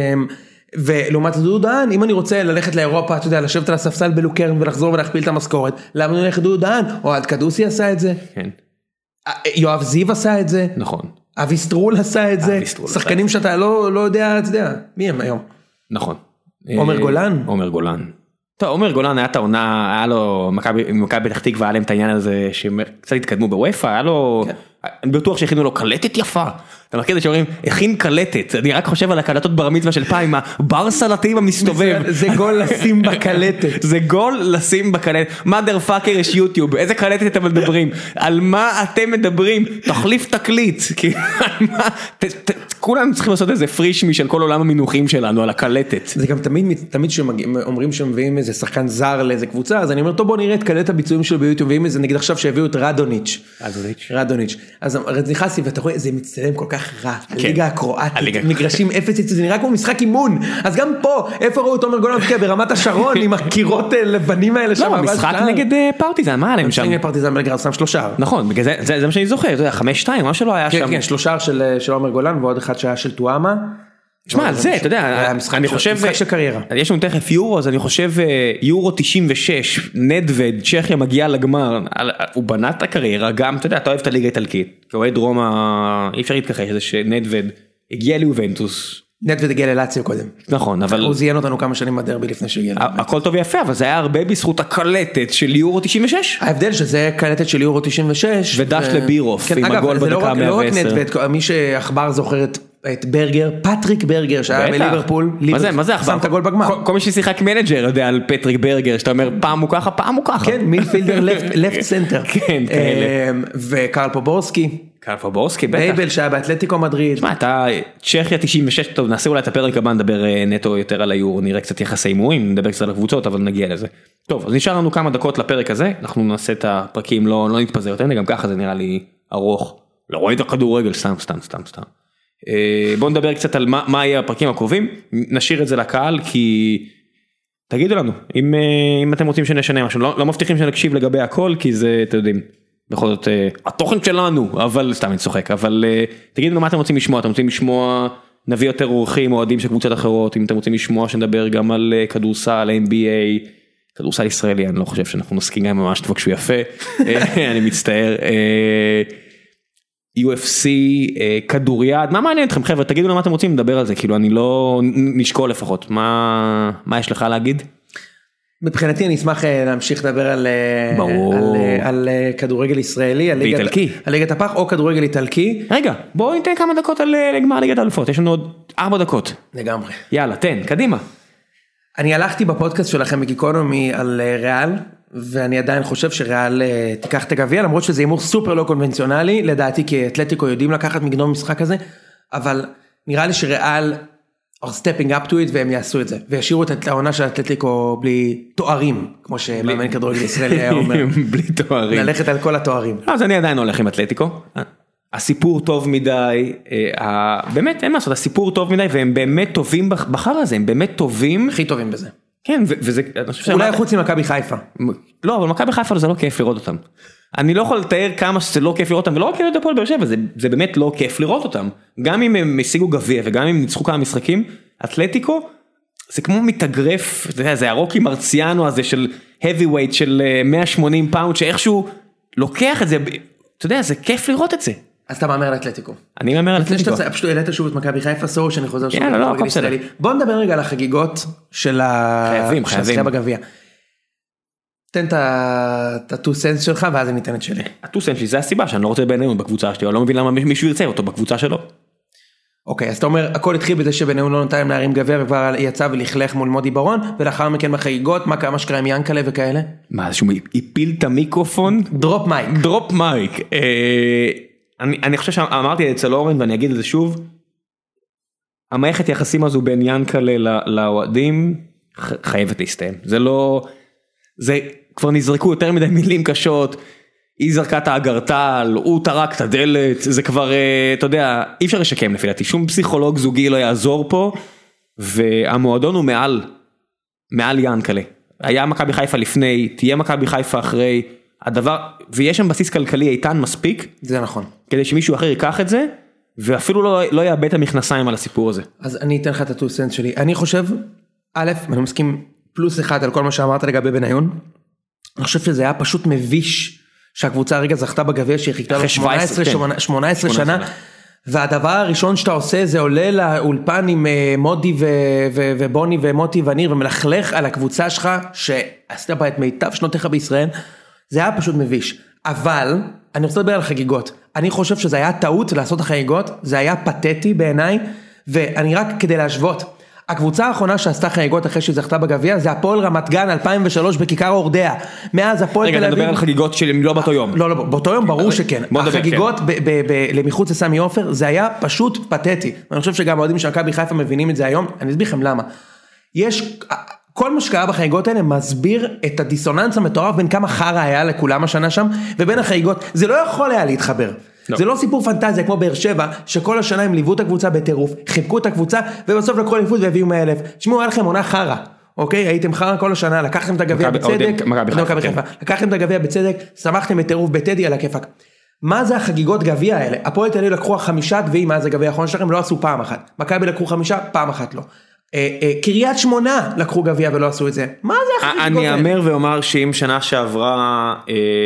ולעומת דודו דהן, אם אני רוצה ללכת לאירופה, אתה יודע, לשבת על הספסל בלוקרן ולחזור ולהכפיל את המשכורת, למה אני הולך לדודו דהן? אוהד קדוסי עשה את זה. כן. יואב זיו עשה את זה. נכון. אבי סטרול עשה את זה. שחקנים שאתה לא יודע, אתה יודע, מי הם היום? נכון. עומר גולן. עומר גולן. טוב, עומר גולן היה את העונה, היה לו, מכבי פתח תקווה, היה להם את העניין הזה, שקצת התקדמו בוופא, היה לו, אני בטוח שהכינו לו קלטת יפה. אתה מכיר את זה שאומרים, הכין קלטת, אני רק חושב על הקלטות בר מצווה של פעם, הבר סלטים המסתובב. זה גול לשים בקלטת. זה גול לשים בקלטת. mother fucker יש יוטיוב, איזה קלטת אתם מדברים? על מה אתם מדברים? תחליף תקליט. כולם צריכים לעשות איזה פרישמי של כל עולם המינוחים שלנו על הקלטת. זה גם תמיד שאומרים שמביאים איזה שחקן זר לאיזה קבוצה, אז אני אומר, טוב בוא נראה את קלטת הביצועים שלו ביוטיוב, ואם איזה נגיד עכשיו שהביאו את רדוניץ'. אז נכנסתי ואתה רואה, זה מצטלם כל כך רע, הליגה הקרואטית, מגרשים אפס, זה נראה כמו משחק אימון, אז גם פה, איפה ראו את עומר גולן ברמת השרון, עם הקירות לבנים האלה שם, לא, משחק נגד פרטיזן, מה עליהם שם? משחק נגד פרטיזן בלגרד, שם 3 שער. נכון, זה מה שאני זוכר, 5-2, מה שלא היה שם. כן, 3 שער של עומר גולן, ועוד אחד שהיה של טועמה. תשמע, זה, אתה יודע, אני חושב, משחק של קריירה. יש לנו תכף יורו, אז אני חושב יורו 96, נדווד, צ'כיה מגיעה לגמר, הוא בנה את הקריירה, גם, אתה יודע, אתה אוהב את הליגה האיטלקית, כאוהד רומא, אי אפשר להתכחש לזה שנדווד הגיע ליובנטוס. נדווד הגיע ללאציו קודם. נכון, אבל... הוא זיין אותנו כמה שנים בדרבי לפני שהגיע. הכל טוב ויפה, אבל זה היה הרבה בזכות הקלטת של יורו 96. ההבדל שזה קלטת של יורו 96. ודש לבירוף, עם הגול בדקה 110. לא רק נדווד, מי שאחבר זוכר את ברגר, פטריק ברגר, שהיה בליברפול. מה זה אחבר? שם את הגול בגמר. כל מי ששיחק מנג'ר יודע על פטריק ברגר, שאתה אומר פעם הוא ככה, פעם הוא ככה. כן, מילפילדר, לפט סנטר. כן, כאלה. וקרל פובורסקי. קרל פובורסקי, בטח. בייבל שהיה באתלטיקו מדריד. תשמע, אתה, צ'כיה 96, טוב, נעשה אולי את הפרק הבא, נדבר נטו יותר על היורו, נראה קצת יחסי אימונים, נדבר קצת על הקבוצות, אבל נגיע לזה. טוב, אז נשאר לנו כמה דקות לפרק הזה, אנחנו נעשה את הפרקים, לא נתפזר יותר, גם ככה זה נראה לי ארוך. לא רואה את הכדורגל, סתם. בואו נדבר קצת על מה יהיה הפרקים הקרובים, נשאיר את זה לקהל, כי תגידו לנו, אם אתם רוצים שנשנה משהו, לא מבטיחים שנקשיב לגבי הכל, כי זה, אתם יודעים, בכל זאת, התוכן שלנו, אבל סתם אני צוחק, אבל תגידו מה אתם רוצים לשמוע, אתם רוצים לשמוע, נביא יותר אורחים, אוהדים של קבוצות אחרות, אם אתם רוצים לשמוע שנדבר גם על כדורסל, NBA, כדורסל ישראלי, אני לא חושב שאנחנו נסכים גם ממש תבקשו יפה, אני מצטער, UFC, כדוריד, מה מעניין אתכם חבר'ה, תגידו לנו מה אתם רוצים לדבר על זה, כאילו אני לא נשקול לפחות, מה יש לך להגיד? מבחינתי אני אשמח להמשיך לדבר על כדורגל ישראלי, על ליגת הפח או כדורגל איטלקי. רגע, בואו ניתן כמה דקות על גמר ליגת האלופות, יש לנו עוד 4 דקות. לגמרי. יאללה, תן, קדימה. אני הלכתי בפודקאסט שלכם בגיקונומי על ריאל, ואני עדיין חושב שריאל תיקח את הגביע, למרות שזה הימור סופר לא קונבנציונלי, לדעתי כי אתלטיקו יודעים לקחת מגנום משחק הזה, אבל נראה לי שריאל are stepping up to it והם יעשו את זה, וישאירו את העונה של אתלטיקו בלי תוארים, כמו שמאמן כדורגל ישראלי היה אומר. בלי תוארים. ללכת על כל התוארים. אז אני עדיין הולך עם אתלטיקו. הסיפור טוב מדי, באמת אין מה לעשות, הסיפור טוב מדי, והם באמת טובים בחר הזה, הם באמת טובים. הכי טובים בזה. כן, וזה... אולי חוץ ממכבי חיפה. לא, אבל מכבי חיפה זה לא כיף לראות אותם. אני לא יכול לתאר כמה שזה לא כיף לראות אותם, ולא רק לראות הפועל באר שבע, זה באמת לא כיף לראות אותם. גם אם הם השיגו גביע, וגם אם ניצחו כמה משחקים, אתלטיקו, זה כמו מתאגרף, זה הרוקי מרציאנו הזה של heavyweight של 180 פאונד, שאיכשהו לוקח את זה, אתה יודע, זה כיף לראות את זה. אז אתה מאמר על אתלטיקו. אני מאמר על אתלטיקו. פשוט העלית שוב את מכבי חיפה, סור שאני חוזר שוב. יאללה, לא, הכל בסדר. בוא נדבר רגע על החגיגות של הזכייה בגביע. תן את ה-2 cents שלך ואז אני אתן את שלי. ה-2 cents שלי זה הסיבה שאני לא רוצה בניון בקבוצה שלי, אבל לא מבין למה מישהו ירצה אותו בקבוצה שלו. אוקיי, אז אתה אומר, הכל התחיל בזה שבניון לא נתן להם להרים גביע וכבר יצא ולכלך מול מודי ברון, ולאחר מכן בחגיגות, מה שקרה עם ינקלה וכאלה? מה, שהוא הפיל את המיקרופון? דרופ מייק. דרופ מייק. אני חושב שאמרתי אצל אורן ואני אגיד את זה שוב, המערכת יחסים הזו בין ינקלה לאוהדים חייבת להסתיים. זה לא, זה כבר נזרקו יותר מדי מילים קשות, היא זרקה את האגרטל, הוא טרק את הדלת, זה כבר, אתה יודע, אי אפשר לשקם לפי דעתי, שום פסיכולוג זוגי לא יעזור פה, והמועדון הוא מעל ינקלה. היה מכבי חיפה לפני, תהיה מכבי חיפה אחרי, הדבר, ויש שם בסיס כלכלי איתן מספיק. זה נכון. כדי שמישהו אחר ייקח את זה, ואפילו לא יאבד את המכנסיים על הסיפור הזה. אז אני אתן לך את ה-2 cents שלי. אני חושב, א', אני מסכים +1 על כל מה שאמרת לגבי בניון. אני חושב שזה היה פשוט מביש, שהקבוצה הרגע זכתה בגביע שהיא חיכתה לו 18 שנה, והדבר הראשון שאתה עושה זה עולה לאולפן עם מודי ובוני ומוטי וניר, ומלכלך על הקבוצה שלך, שעשית בה את מיטב שנותיך בישראל, זה היה פשוט מביש. אבל, אני רוצה לדבר על חגיגות, אני חושב שזה היה טעות לעשות החגיגות, זה היה פתטי בעיניי, ואני רק כדי להשוות, הקבוצה האחרונה שעשתה חגיגות אחרי שהיא זכתה בגביע, זה הפועל רמת גן 2003 בכיכר אורדיה. מאז הפועל תל אביב... רגע, נדבר על חגיגות שהם לא באותו יום. לא, באותו יום ברור שכן. החגיגות למחוץ לסמי עופר, זה היה פשוט פתטי. אני חושב שגם האוהדים של מכבי חיפה מבינים את זה היום, אני אסביר לכם למה. כל מה שקרה בחגיגות האלה מסביר את הדיסוננס המטורף בין כמה חרא היה לכולם השנה שם, ובין החגיגות, זה לא יכול היה להתחבר. זה לא סיפור פנטזיה כמו באר שבע, שכל השנה הם ליוו את הקבוצה בטירוף, חיבקו את הקבוצה, ובסוף לקחו אליפות והביאו 100,000. תשמעו, היה לכם עונה חרא, אוקיי? הייתם חרא כל השנה, לקחתם את הגביע בצדק, לקחתם את הגביע בצדק, שמחתם בטירוף בטדי על הכיפק. מה זה החגיגות גביע האלה? הפועל תל אביב לקחו 5 גביעים, מה זה גביע האחרון שלכם? לא עשו פעם אחת. מכבי לקחו 5, פעם אחת לא. קריית שמונה לקחו גביע ולא עשו את זה. מה זה החגיגות האלה? אני אמר ואומר שאם שנה שעברה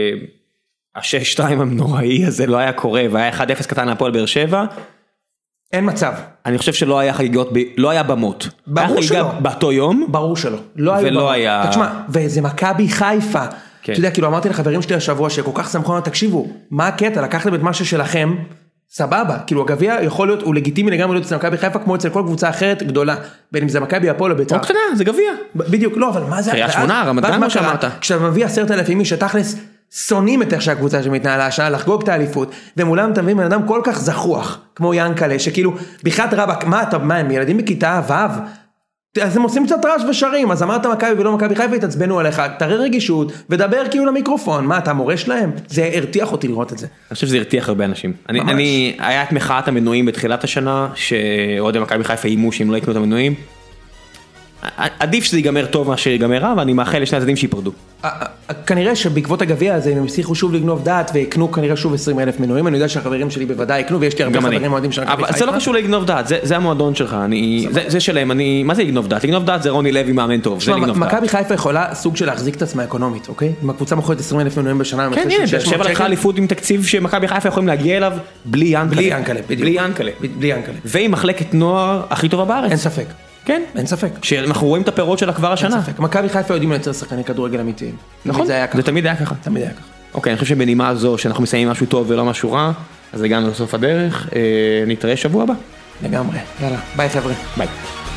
ה-6-2 המנוראי הזה לא היה קורה, והיה 1-0 קטן להפועל באר שבע, אין מצב. אני חושב שלא היה חגיגות, לא היה במות. ברור שלא. באותו יום. ברור שלא. ולא היה... תשמע, וזה מכבי חיפה. אתה יודע, כאילו אמרתי לחברים שלי השבוע שכל כך שמחו לנו, תקשיבו, מה הקטע? לקחתם את משהו שלכם, סבבה. כאילו הגביע יכול להיות, הוא לגיטימי לגמרי להיות אצל מכבי חיפה, כמו אצל כל קבוצה אחרת גדולה. בין אם זה מכבי הפועל או בית"ר. או קטנה, זה גביע. בדיוק, לא, אבל מה זה... קריית שמונה, רמת גן, מה שאמרת. כשאתה מביא 10,000 איש שתכלס שונאים את איך שהקבוצה שמתנהלה השנה לחגוג את האליפות, ומולם אתה מביא בן אדם כל כך זחוח, כמו ינקלה, שכאילו, בכלל רבק, מה הם ילדים בכיתה ו', אז הם עושים קצת רעש ושרים, אז אמרת מכבי ולא מכבי חיפה, התעצבנו עליך, תראה רגישות, ודבר כאילו למיקרופון, מה, אתה מורה שלהם? זה הרתיח אותי לראות את זה. אני חושב שזה הרתיח הרבה אנשים. היה את מחאת המנויים בתחילת השנה, שעוד מכבי חיפה איימו שהם לא יקנו את המנויים. עדיף שזה ייגמר טוב מה שיגמר רע, ואני מאחל לשני הצדדים שיפרדו. כנראה שבעקבות הגביע הזה הם הצליחו שוב לגנוב דעת ויקנו כנראה שוב 20,000 מנויים, אני יודע שהחברים שלי בוודאי יקנו ויש לי הרבה חברים מועדים של מכבי חיפה. זה לא קשור לגנוב דעת, זה המועדון שלך, זה שלהם, מה זה לגנוב דעת? לגנוב דעת זה רוני לוי מאמן טוב, זה לגנוב דעת. מכבי חיפה יכולה סוג של להחזיק את עצמה אקונומית, אוקיי? אם הקבוצה מוכרת 20,000 מנויים בשנה, כן, יושב עליך אליפות עם תקציב שמכבי חיפה יכולים להגיע אליו בלי ינקלה. ועם מחלקת נוער הכי טובה בארץ. אין ספק. כן, אין ספק. שאנחנו רואים את הפירות שלה כבר השנה. אין ספק. מכבי חיפה יודעים לייצר שחקני כדורגל אמיתיים. נכון, זה תמיד היה ככה. תמיד היה ככה. אוקיי, אני חושב שבנימה הזו שאנחנו מסיימים משהו טוב ולא משהו רע, אז הגענו לסוף הדרך, נתראה שבוע הבא. לגמרי. יאללה, ביי חבר'ה. ביי.